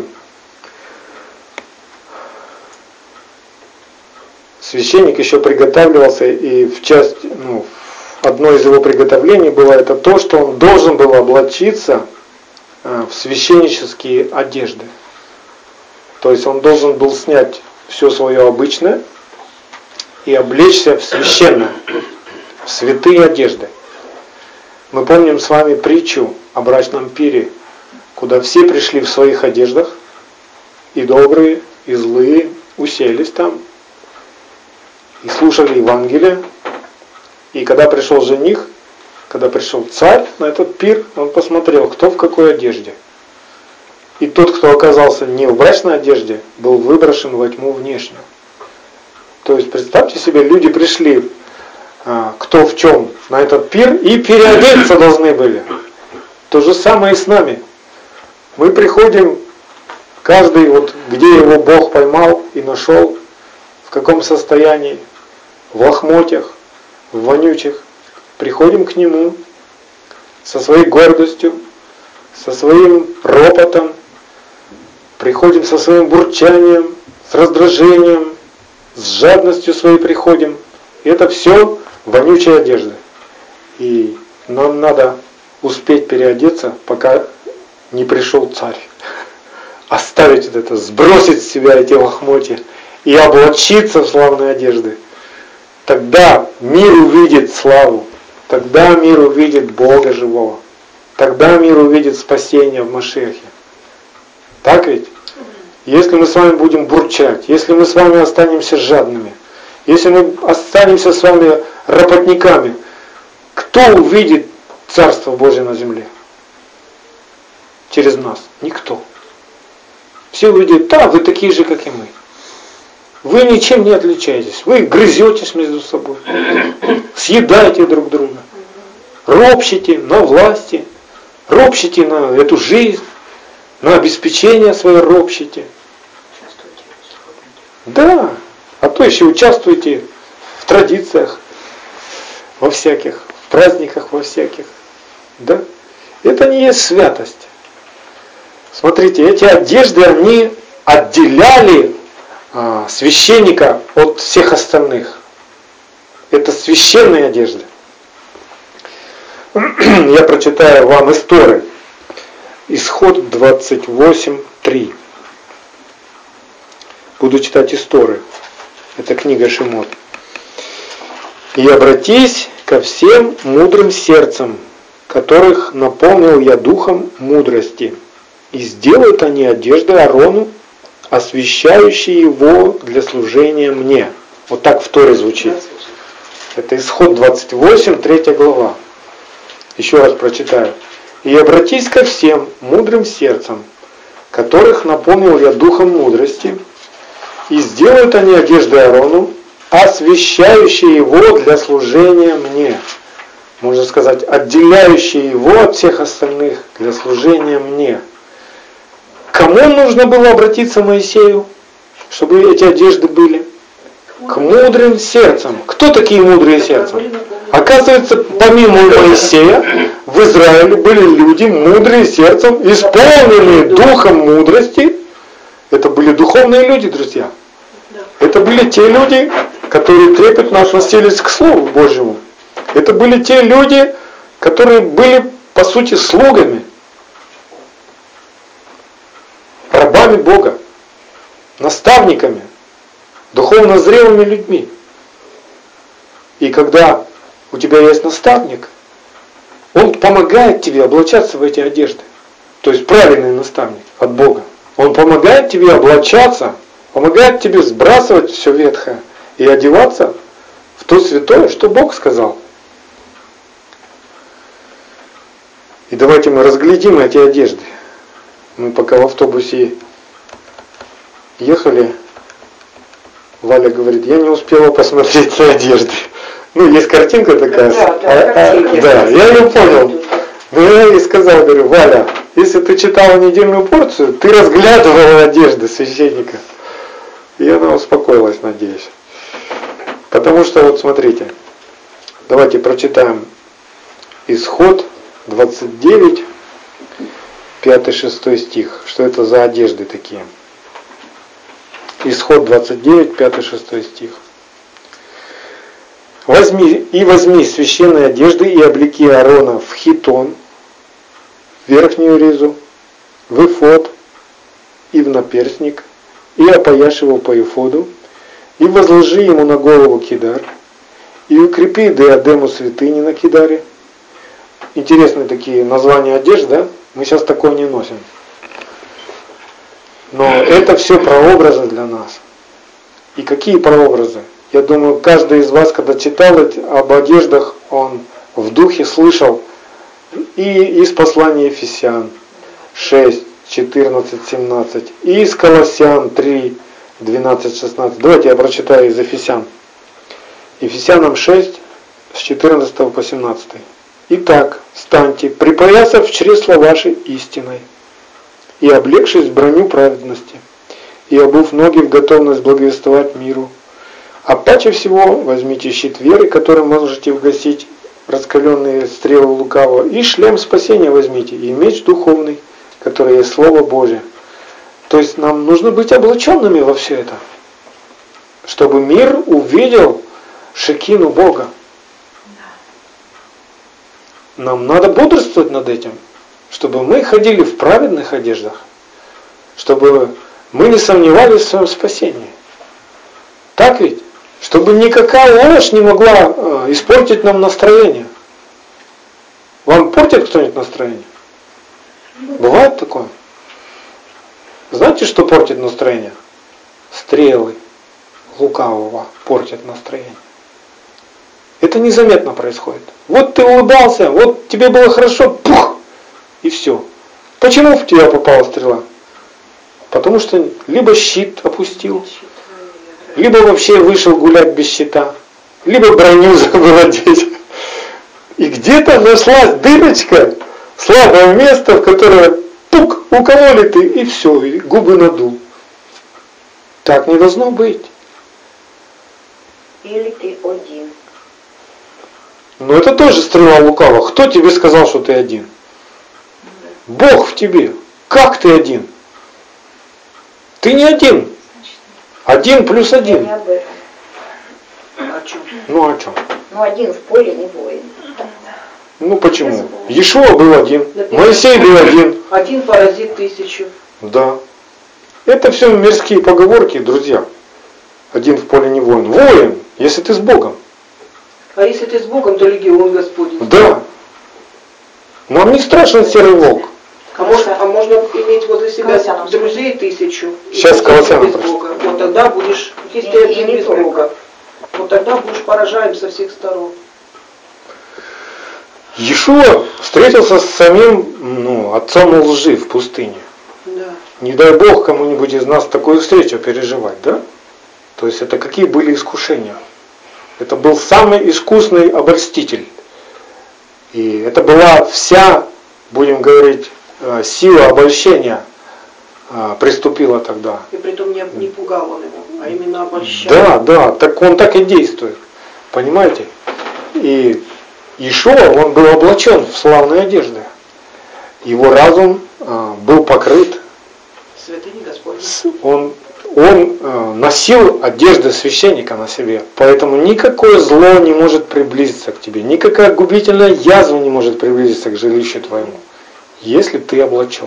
священник еще приготавливался, и в часть, ну, одно из его приготовлений было это то, что он должен был облачиться в священнические одежды. То есть он должен был снять все свое обычное и облечься в священное, в святые одежды. Мы помним с вами притчу о брачном пире, куда все пришли в своих одеждах, и добрые, и злые уселись там, и слушали Евангелие. И когда пришел жених, когда пришел царь на этот пир, он посмотрел, кто в какой одежде. И тот, кто оказался не в брачной одежде, был выброшен во тьму внешнюю. То есть представьте себе, люди пришли, кто в чем, на этот пир, и переодеться должны были. То же самое и с нами. Мы приходим, каждый, вот где его Бог поймал и нашел, в каком состоянии, в лохмотьях, в вонючих, приходим к Нему со своей гордостью, со своим ропотом, приходим со своим бурчанием, с раздражением, с жадностью своей приходим. И это все вонючая одежда. И нам надо успеть переодеться, пока не пришел царь. Оставить вот это, сбросить с себя эти лохмотья и облачиться в славные одежды. Тогда мир увидит славу. Тогда мир увидит Бога живого. Тогда мир увидит спасение в Машиахе. Так ведь? Если мы с вами будем бурчать, если мы с вами останемся жадными, если мы останемся с вами работниками, кто увидит Царство Божие на земле? Через нас? Никто. Все увидят, да, вы такие же, как и мы. Вы ничем не отличаетесь. Вы грызетесь между собой, съедаете друг друга, ропщите на власти, ропщите на эту жизнь, на обеспечение свое ропщите. Да, а то еще участвуйте в традициях, во всяких, в праздниках во всяких. Да? Это не есть святость. Смотрите, эти одежды, они отделяли а, священника от всех остальных. Это священные одежды. Я прочитаю вам из Торы. Исход двадцать восемь три. Буду читать из Торы. Это книга Шимот. «И обратись ко всем мудрым сердцем, которых наполнил я духом мудрости, и сделают они одежды Аарону, освящающие его для служения мне». Вот так в Торе звучит. Это Исход двадцать восемь, третья глава. Еще раз прочитаю. «И обратись ко всем мудрым сердцем, которых наполнил я духом мудрости, и сделают они одежды Аарону, освящающие его для служения мне». Можно сказать, отделяющие его от всех остальных для служения мне. Кому нужно было обратиться Моисею, чтобы эти одежды были? К мудрым сердцем. Кто такие мудрые сердцем? Оказывается, помимо Моисея, в Израиле были люди, мудрые сердцем, исполненные духом мудрости. Это были духовные люди, друзья. Это были те люди, которые трепетно относились к Слову Божьему. Это были те люди, которые были, по сути, слугами, рабами Бога, наставниками, духовно зрелыми людьми. И когда у тебя есть наставник, он помогает тебе облачаться в эти одежды. То есть правильный наставник от Бога. Он помогает тебе облачаться, помогает тебе сбрасывать все ветхое и одеваться в то святое, что Бог сказал. И давайте мы разглядим эти одежды. Мы пока в автобусе ехали, Валя говорит, я не успела посмотреть на одежды. Ну, есть картинка такая. Да, да, а, а, да я ее понял. Но я ей сказал, говорю, Валя, если ты читала недельную порцию, ты разглядывала одежды священника. И она успокоилась, надеюсь. Потому что, вот смотрите, давайте прочитаем Исход двадцать девять, пятый-шестой стих. Что это за одежды такие? Исход двадцать девять, пятый-шестой стих. «Возьми и возьми священные одежды и облеки Аарона в хитон, верхнюю ризу, в эфод и в наперстник, и опояшь его по эфоду, и возложи ему на голову кидар, и укрепи диадему святыни на кидаре». Интересные такие названия одежд, да? Мы сейчас такое не носим. Но это все прообразы для нас. И какие прообразы? Я думаю, каждый из вас, когда читал об одеждах, он в духе слышал и из послания Ефесян шесть, четырнадцать, семнадцать, и из Колоссян три, двенадцать, шестнадцать. Давайте я прочитаю из Ефесян. Ефесянам шесть, с четырнадцатого по семнадцатый. «Итак, встаньте, припоясав чресла вашей истиной, и облегшись в броню праведности, и обув ноги в готовность благовествовать миру. А паче всего возьмите щит веры, которым можете угасить раскаленные стрелы лукавого, и шлем спасения возьмите, и меч духовный, который есть Слово Божие. То есть нам нужно быть облаченными во все это, чтобы мир увидел шекину Бога. Нам надо бодрствовать над этим, чтобы мы ходили в праведных одеждах, чтобы мы не сомневались в своем спасении. Так ведь? Чтобы никакая ложь не могла э, испортить нам настроение. Вам портит кто-нибудь настроение? Бывает такое? Знаете, что портит настроение? Стрелы лукавого портят настроение. Это незаметно происходит. Вот ты улыбался, вот тебе было хорошо, пух, и все. Почему в тебя попала стрела? Потому что либо щит опустил, либо вообще вышел гулять без щита, либо броню забыл одеть. И где-то нашлась дырочка, слабое место, в которое тук, укололи ты, и все, и губы надул. Так не должно быть. Или ты один. Но это тоже стрела лукава. Кто тебе сказал, что ты один? Бог в тебе. Как ты один? Ты не один. Один плюс один. Не об этом. О чем? Ну о чем? Ну один в поле не воин. Ну почему? Иешуа был один. Моисей был один. Один поразит тысячу. Да. Это все мирские поговорки, друзья. Один в поле не воин. Воин, если ты с Богом. А если ты с Богом, то легион Господень. Да. Нам не страшен серый волк. А можно, а можно иметь возле себя друзей тысячу. Сейчас и Колоссянам без прочитаю. Бога. Вот тогда будешь, если ты один без Бога, вот тогда будешь поражаем со всех сторон. Иешуа встретился с самим ну, отцом лжи в пустыне. Да. Не дай Бог кому-нибудь из нас такую встречу переживать, да? То есть это какие были искушения? Это был самый искусный обольститель. И это была вся, будем говорить, сила обольщения приступила тогда. И притом не, не пугал он его, а именно обольщал. Да, да, так он так и действует. Понимаете? И Иешуа, он был облачен в славные одежды. Его разум а, был покрыт. Святыни Господни. Он, он а, носил одежды священника на себе. Поэтому никакое зло не может приблизиться к тебе. Никакая губительная язва не может приблизиться к жилищу твоему. Если ты облачен.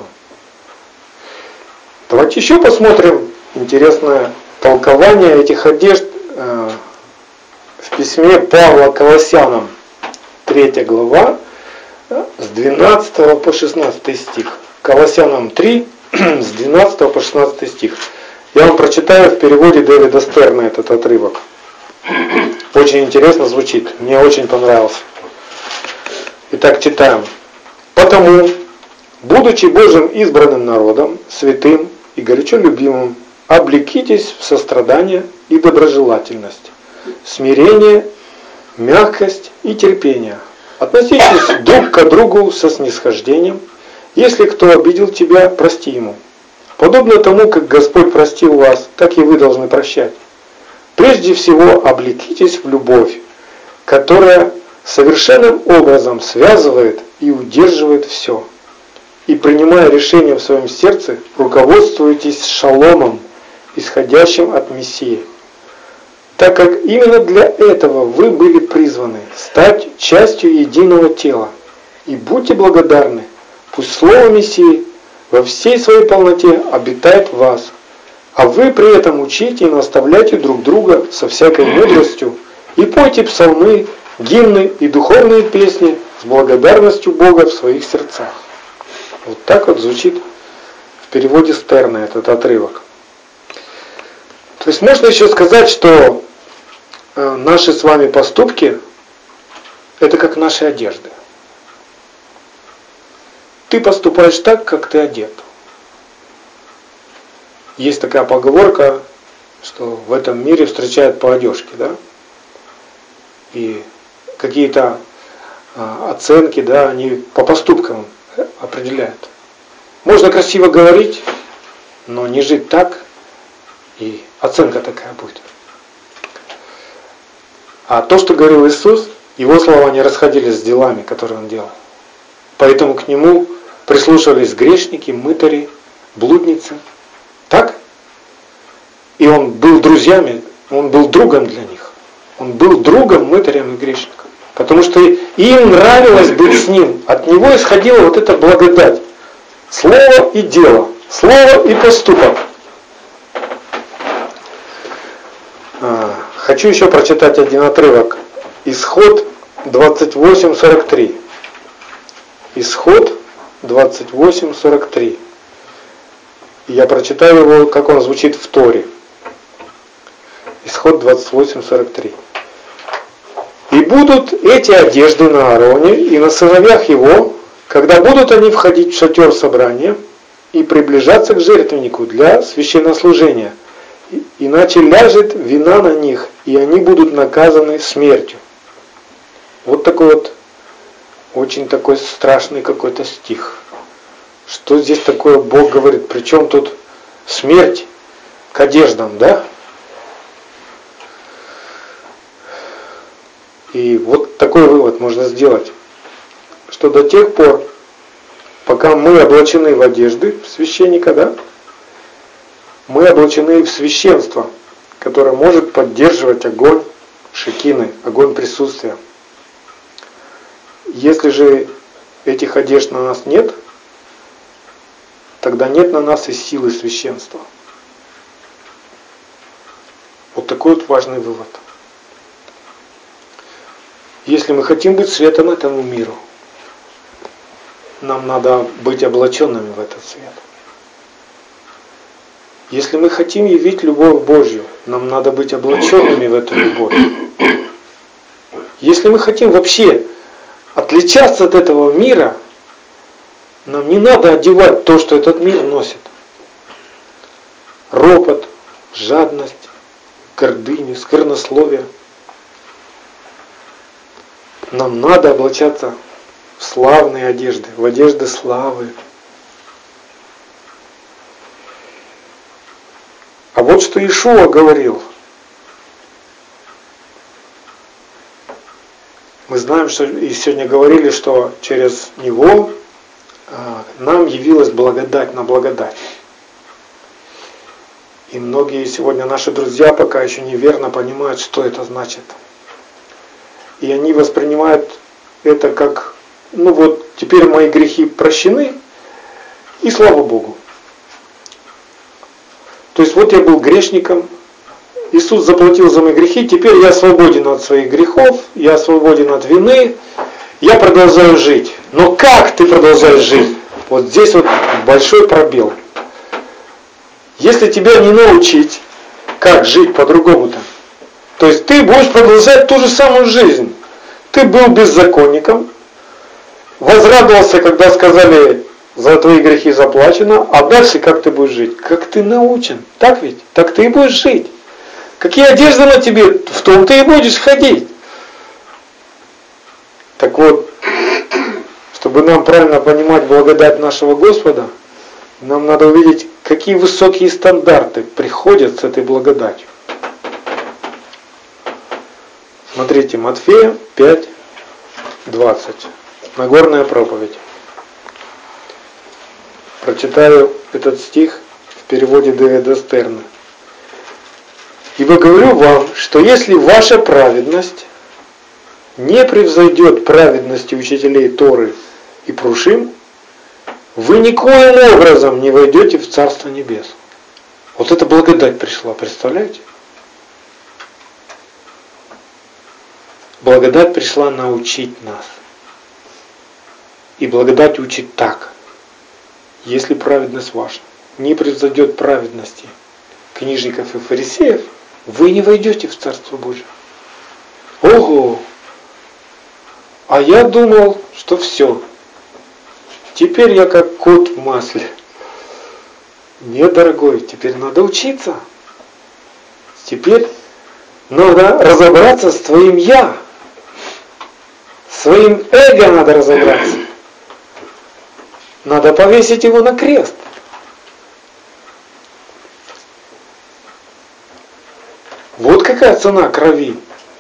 Давайте еще посмотрим интересное толкование этих одежд э, в письме Павла Колоссянам, третья глава, с двенадцатого по шестнадцатый стих. Колоссянам три, с двенадцатого по шестнадцатый стих. Я вам прочитаю в переводе Дэвида Стерна этот отрывок. Очень интересно звучит, мне очень понравился. Итак, читаем. «Потому, будучи Божьим избранным народом, святым и горячо любимым, облекитесь в сострадание и доброжелательность, смирение, мягкость и терпение. Относитесь друг к другу со снисхождением. Если кто обидел тебя, прости ему. Подобно тому, как Господь простил вас, так и вы должны прощать. Прежде всего, облекитесь в любовь, которая совершенным образом связывает и удерживает все. И принимая решение в своем сердце, руководствуйтесь шаломом, исходящим от Мессии. Так как именно для этого вы были призваны стать частью единого тела. И будьте благодарны, пусть Слово Мессии во всей своей полноте обитает в вас, а вы при этом учите и наставляйте друг друга со всякой мудростью и пойте псалмы, гимны и духовные песни с благодарностью Бога в своих сердцах». Вот так вот звучит в переводе Стерна этот отрывок. То есть можно еще сказать, что э, наши с вами поступки это как наши одежды. Ты поступаешь так, как ты одет. Есть такая поговорка, что в этом мире встречают по одежке, да? И какие-то э, оценки, да, они по поступкам определяют. Можно красиво говорить, но не жить так, и оценка такая будет. А то, что говорил Иисус, его слова не расходились с делами, которые он делал. Поэтому к нему прислушивались грешники, мытари, блудницы. И он был друзьями, он был другом для них. Он был другом мытарям и грешникам. Потому что им нравилось быть с ним. От него исходила вот эта благодать. Слово и дело. Слово и поступок. Хочу еще прочитать один отрывок. Исход двадцать восемь сорок три. Исход двадцать восемь сорок три. Я прочитаю его, как он звучит в Торе. Исход двадцать восемь сорок три. «И будут эти одежды на Аароне и на сыновьях его, когда будут они входить в шатер собрания и приближаться к жертвеннику для священнослужения, иначе ляжет вина на них, и они будут наказаны смертью». Вот такой вот, очень такой страшный какой-то стих. Что здесь такое Бог говорит? Причем тут смерть к одеждам, да? И вот такой вывод можно сделать, что до тех пор, пока мы облачены в одежды священника, да, мы облачены в священство, которое может поддерживать огонь шекины, огонь присутствия. Если же этих одежд на нас нет, тогда нет на нас и силы священства. Вот такой вот важный вывод. Если мы хотим быть светом этому миру, нам надо быть облаченными в этот свет. Если мы хотим явить любовь Божью, нам надо быть облаченными в эту любовь. Если мы хотим вообще отличаться от этого мира, нам не надо одевать то, что этот мир носит. Ропот, жадность, гордыню, сквернословие. Нам надо облачаться в славные одежды, в одежды славы. А вот что Иешуа говорил. Мы знаем, что и сегодня говорили, что через Него нам явилась благодать на благодать. И многие сегодня наши друзья пока еще неверно понимают, что это значит. И они воспринимают это как, ну вот, теперь мои грехи прощены, и слава Богу. То есть вот я был грешником, Иисус заплатил за мои грехи, теперь я свободен от своих грехов, я свободен от вины, я продолжаю жить. Но как ты продолжаешь жить? Вот здесь вот большой пробел. Если тебя не научить, как жить по-другому-то, то есть ты будешь продолжать ту же самую жизнь. Ты был беззаконником, возрадовался, когда сказали, за твои грехи заплачено, а дальше как ты будешь жить? Как ты научен, так ведь? Так ты и будешь жить. Какие одежды на тебе, в том ты и будешь ходить. Так вот, чтобы нам правильно понимать благодать нашего Господа, нам надо увидеть, какие высокие стандарты приходят с этой благодатью. Смотрите, Матфея пять двадцать. Нагорная проповедь. Прочитаю этот стих в переводе Дэвида Стерна. «Ибо говорю вам, что если ваша праведность не превзойдет праведности учителей Торы и Прушим, вы никоим образом не войдете в Царство Небес». Вот эта благодать пришла, представляете? Благодать пришла научить нас. И благодать учит так. Если праведность ваша не превзойдет праведности книжников и фарисеев, вы не войдете в Царство Божие. Ого! А я думал, что все. Теперь я как кот в масле. Нет, дорогой, теперь надо учиться. Теперь надо разобраться с твоим «я». Своим эго надо разобраться. Надо повесить его на крест. Вот какая цена крови.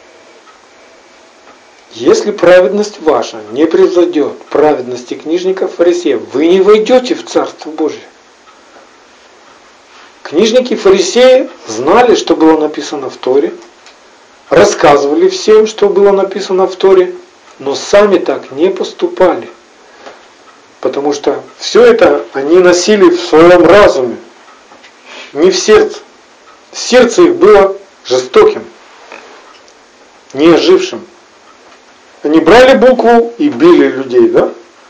Если праведность ваша не превзойдет праведности книжников, фарисеев, вы не войдете в Царство Божие. Книжники и фарисеи знали, что было написано в Торе, рассказывали всем, что было написано в Торе, но сами так не поступали. Потому что все это они носили в своем разуме, не в сердце. Сердце их было жестоким, не ожившим. Они брали букву и били людей, да?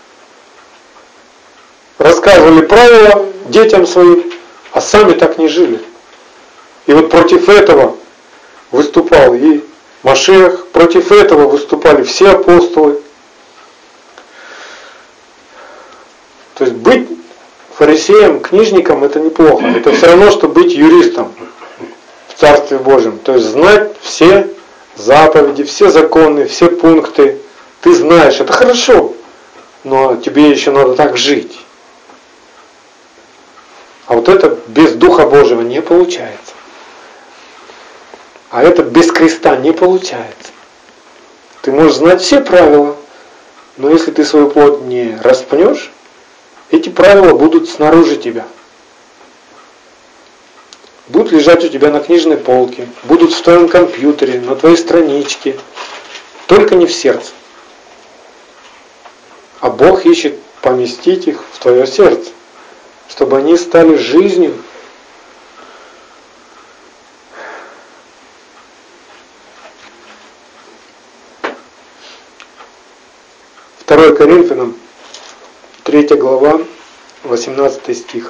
Рассказывали правила детям своим, а сами так не жили. И вот против этого выступал и Машиах, против этого выступали все апостолы. То есть быть фарисеем, книжником это неплохо. Это все равно, что быть юристом в Царстве Божьем. То есть знать все заповеди, все законы, все пункты. Ты знаешь, это хорошо, но тебе еще надо так жить. А вот это без Духа Божьего не получается. А это без креста не получается. Ты можешь знать все правила, но если ты свою плоть не распнешь, эти правила будут снаружи тебя. Будут лежать у тебя на книжной полке, будут в твоем компьютере, на твоей страничке, только не в сердце. А Бог ищет поместить их в твое сердце, чтобы они стали жизнью. второе Коринфянам, третья глава, восемнадцатый стих.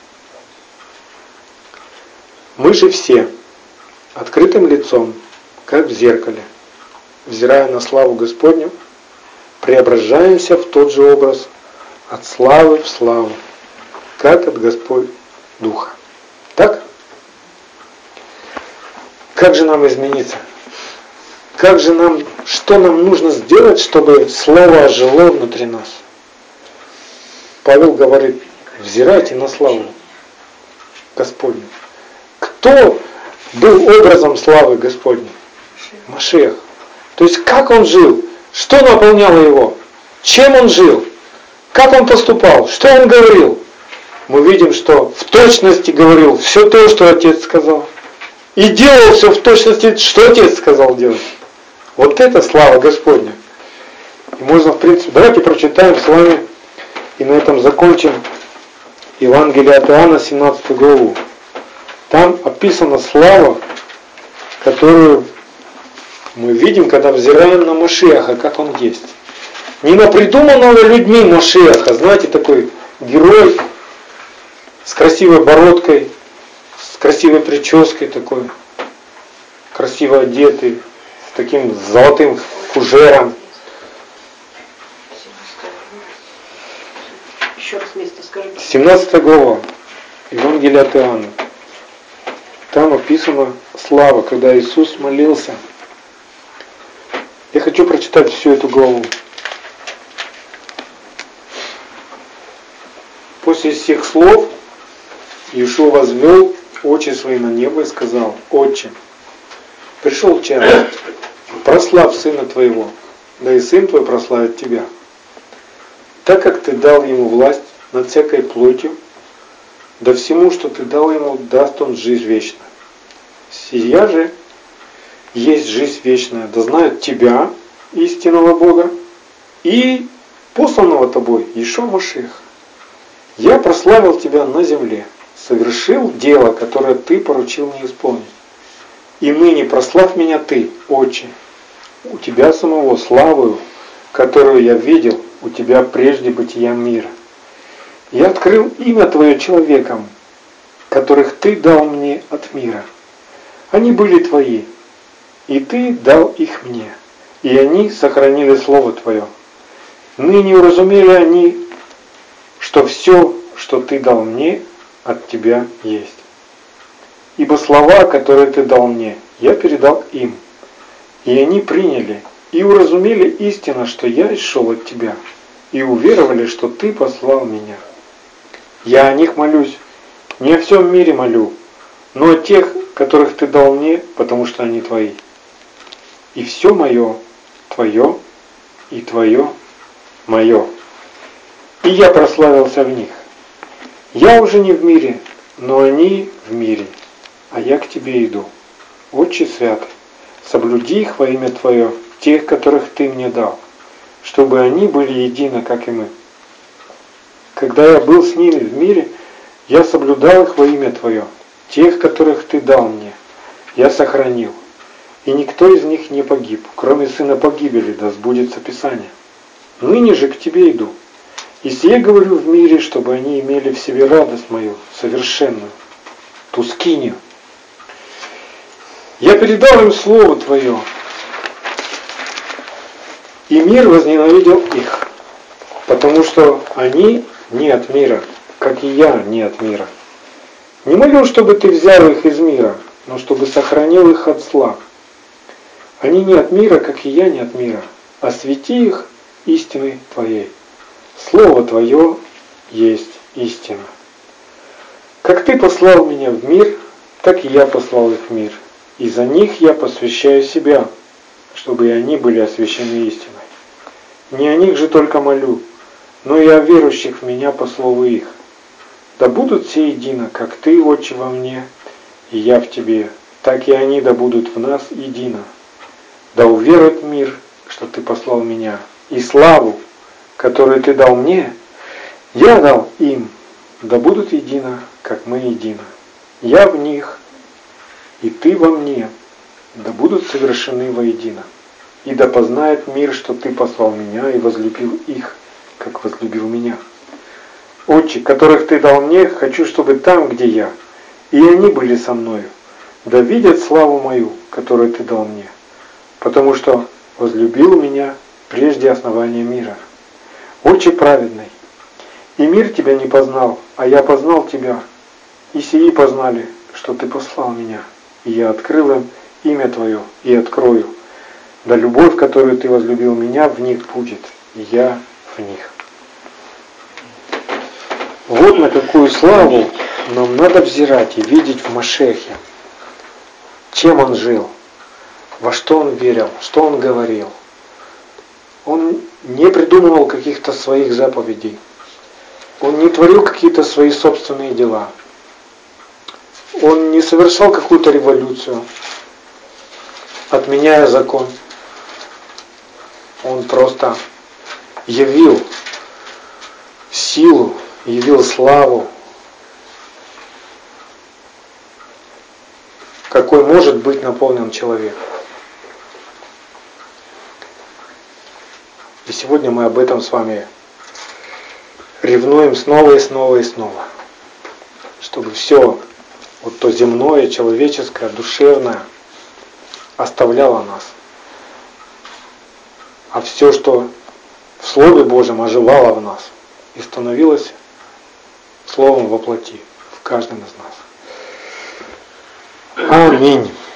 Мы же все открытым лицом, как в зеркале, взирая на славу Господню, преображаемся в тот же образ от славы в славу, как от Господь Духа. Так? Как же нам измениться? Как же нам, что нам нужно сделать, чтобы Слово ожило внутри нас? Павел говорит, взирайте на славу Господню. Кто был образом славы Господней? Машиах. То есть как он жил? Что наполняло его? Чем он жил? Как он поступал? Что он говорил? Мы видим, что в точности говорил все то, что Отец сказал. И делал все в точности, что Отец сказал делать. Вот это слава Господня. И можно, в принципе, давайте прочитаем с вами и на этом закончим Евангелие от Иоанна, семнадцатую главу. Там описана слава, которую мы видим, когда взираем на Машиаха, как он есть. Не на придуманного людьми Машиаха, знаете, такой герой с красивой бородкой, с красивой прической такой, красиво одетый, с таким золотым фужером. Еще раз место скажите. семнадцатая глава, Евангелие от Иоанна. Там описана слава, когда Иисус молился. Я хочу прочитать всю эту главу. После всех слов Иешуа возвел очи свои на небо и сказал: Отче, пришел час, прославь Сына Твоего, да и Сын Твой прославит Тебя. Так как Ты дал Ему власть над всякой плотью, да всему, что Ты дал Ему, даст Он жизнь вечную. Сия же есть жизнь вечная, да знают Тебя, истинного Бога, и посланного Тобой, Иешуа Машиаха. Я прославил Тебя на земле, совершил дело, которое Ты поручил мне исполнить. И ныне прославь меня Ты, Отче, у Тебя самого славою, которую я видел у Тебя прежде бытия мира. Я открыл имя Твое человекам, которых Ты дал мне от мира. Они были Твои, и Ты дал их мне, и они сохранили Слово Твое. Ныне уразумели они, что все, что Ты дал мне, от Тебя есть. Ибо слова, которые Ты дал мне, я передал им, и они приняли и уразумели истину, что я исшел от Тебя, и уверовали, что Ты послал меня. Я о них молюсь, не о всем мире молю, но о тех, которых Ты дал мне, потому что они Твои. И все мое Твое, и Твое мое. И я прославился в них. Я уже не в мире, но они в мире, а я к Тебе иду. Отче святый, соблюди их во имя Твое, тех, которых Ты мне дал, чтобы они были едины, как и мы. Когда я был с ними в мире, я соблюдал их во имя Твое, тех, которых Ты дал мне, я сохранил. И никто из них не погиб, кроме сына погибели, да сбудется Писание. Ныне же к Тебе иду. И сие говорю в мире, чтобы они имели в себе радость мою, совершенную, ту скинию. Я передал им Слово Твое, и мир возненавидел их, потому что они не от мира, как и я не от мира. Не молю, чтобы Ты взял их из мира, но чтобы сохранил их от зла. Они не от мира, как и я не от мира. Освети их истиной Твоей. Слово Твое есть истина. Как Ты послал меня в мир, так и я послал их в мир. И за них я посвящаю себя, чтобы и они были освящены истиной. Не о них же только молю, но и о верующих в меня по слову их. Да будут все едино, как Ты, Отче, во мне, и я в Тебе, так и они да будут в нас едино. Да уверует мир, что Ты послал меня, и славу, которую Ты дал мне, я дал им, да будут едино, как мы едино. Я в них, и Ты во мне, да будут совершены воедино. И да познает мир, что Ты послал меня и возлюбил их, как возлюбил меня. Отче, которых Ты дал мне, хочу, чтобы там, где я, и они были со мною, да видят славу мою, которую Ты дал мне, потому что возлюбил меня прежде основания мира. Отче праведный, и мир Тебя не познал, а я познал Тебя, и сии познали, что Ты послал меня, и я открыл им имя Твое и открою, да любовь, которую Ты возлюбил меня, в них будет, и я в них. Вот на какую славу нам надо взирать и видеть в Машехе. Чем он жил, во что он верил, что он говорил. Он не придумывал каких-то своих заповедей. Он не творил какие-то свои собственные дела. Он не совершал какую-то революцию, отменяя закон. Он просто явил силу, явил славу, какой может быть наполнен человек. И сегодня мы об этом с вами ревнуем снова и снова и снова, чтобы все вот то земное, человеческое, душевное оставляло нас, а все, что в Слове Божьем оживало в нас и становилось Словом во плоти в каждом из нас. Аминь.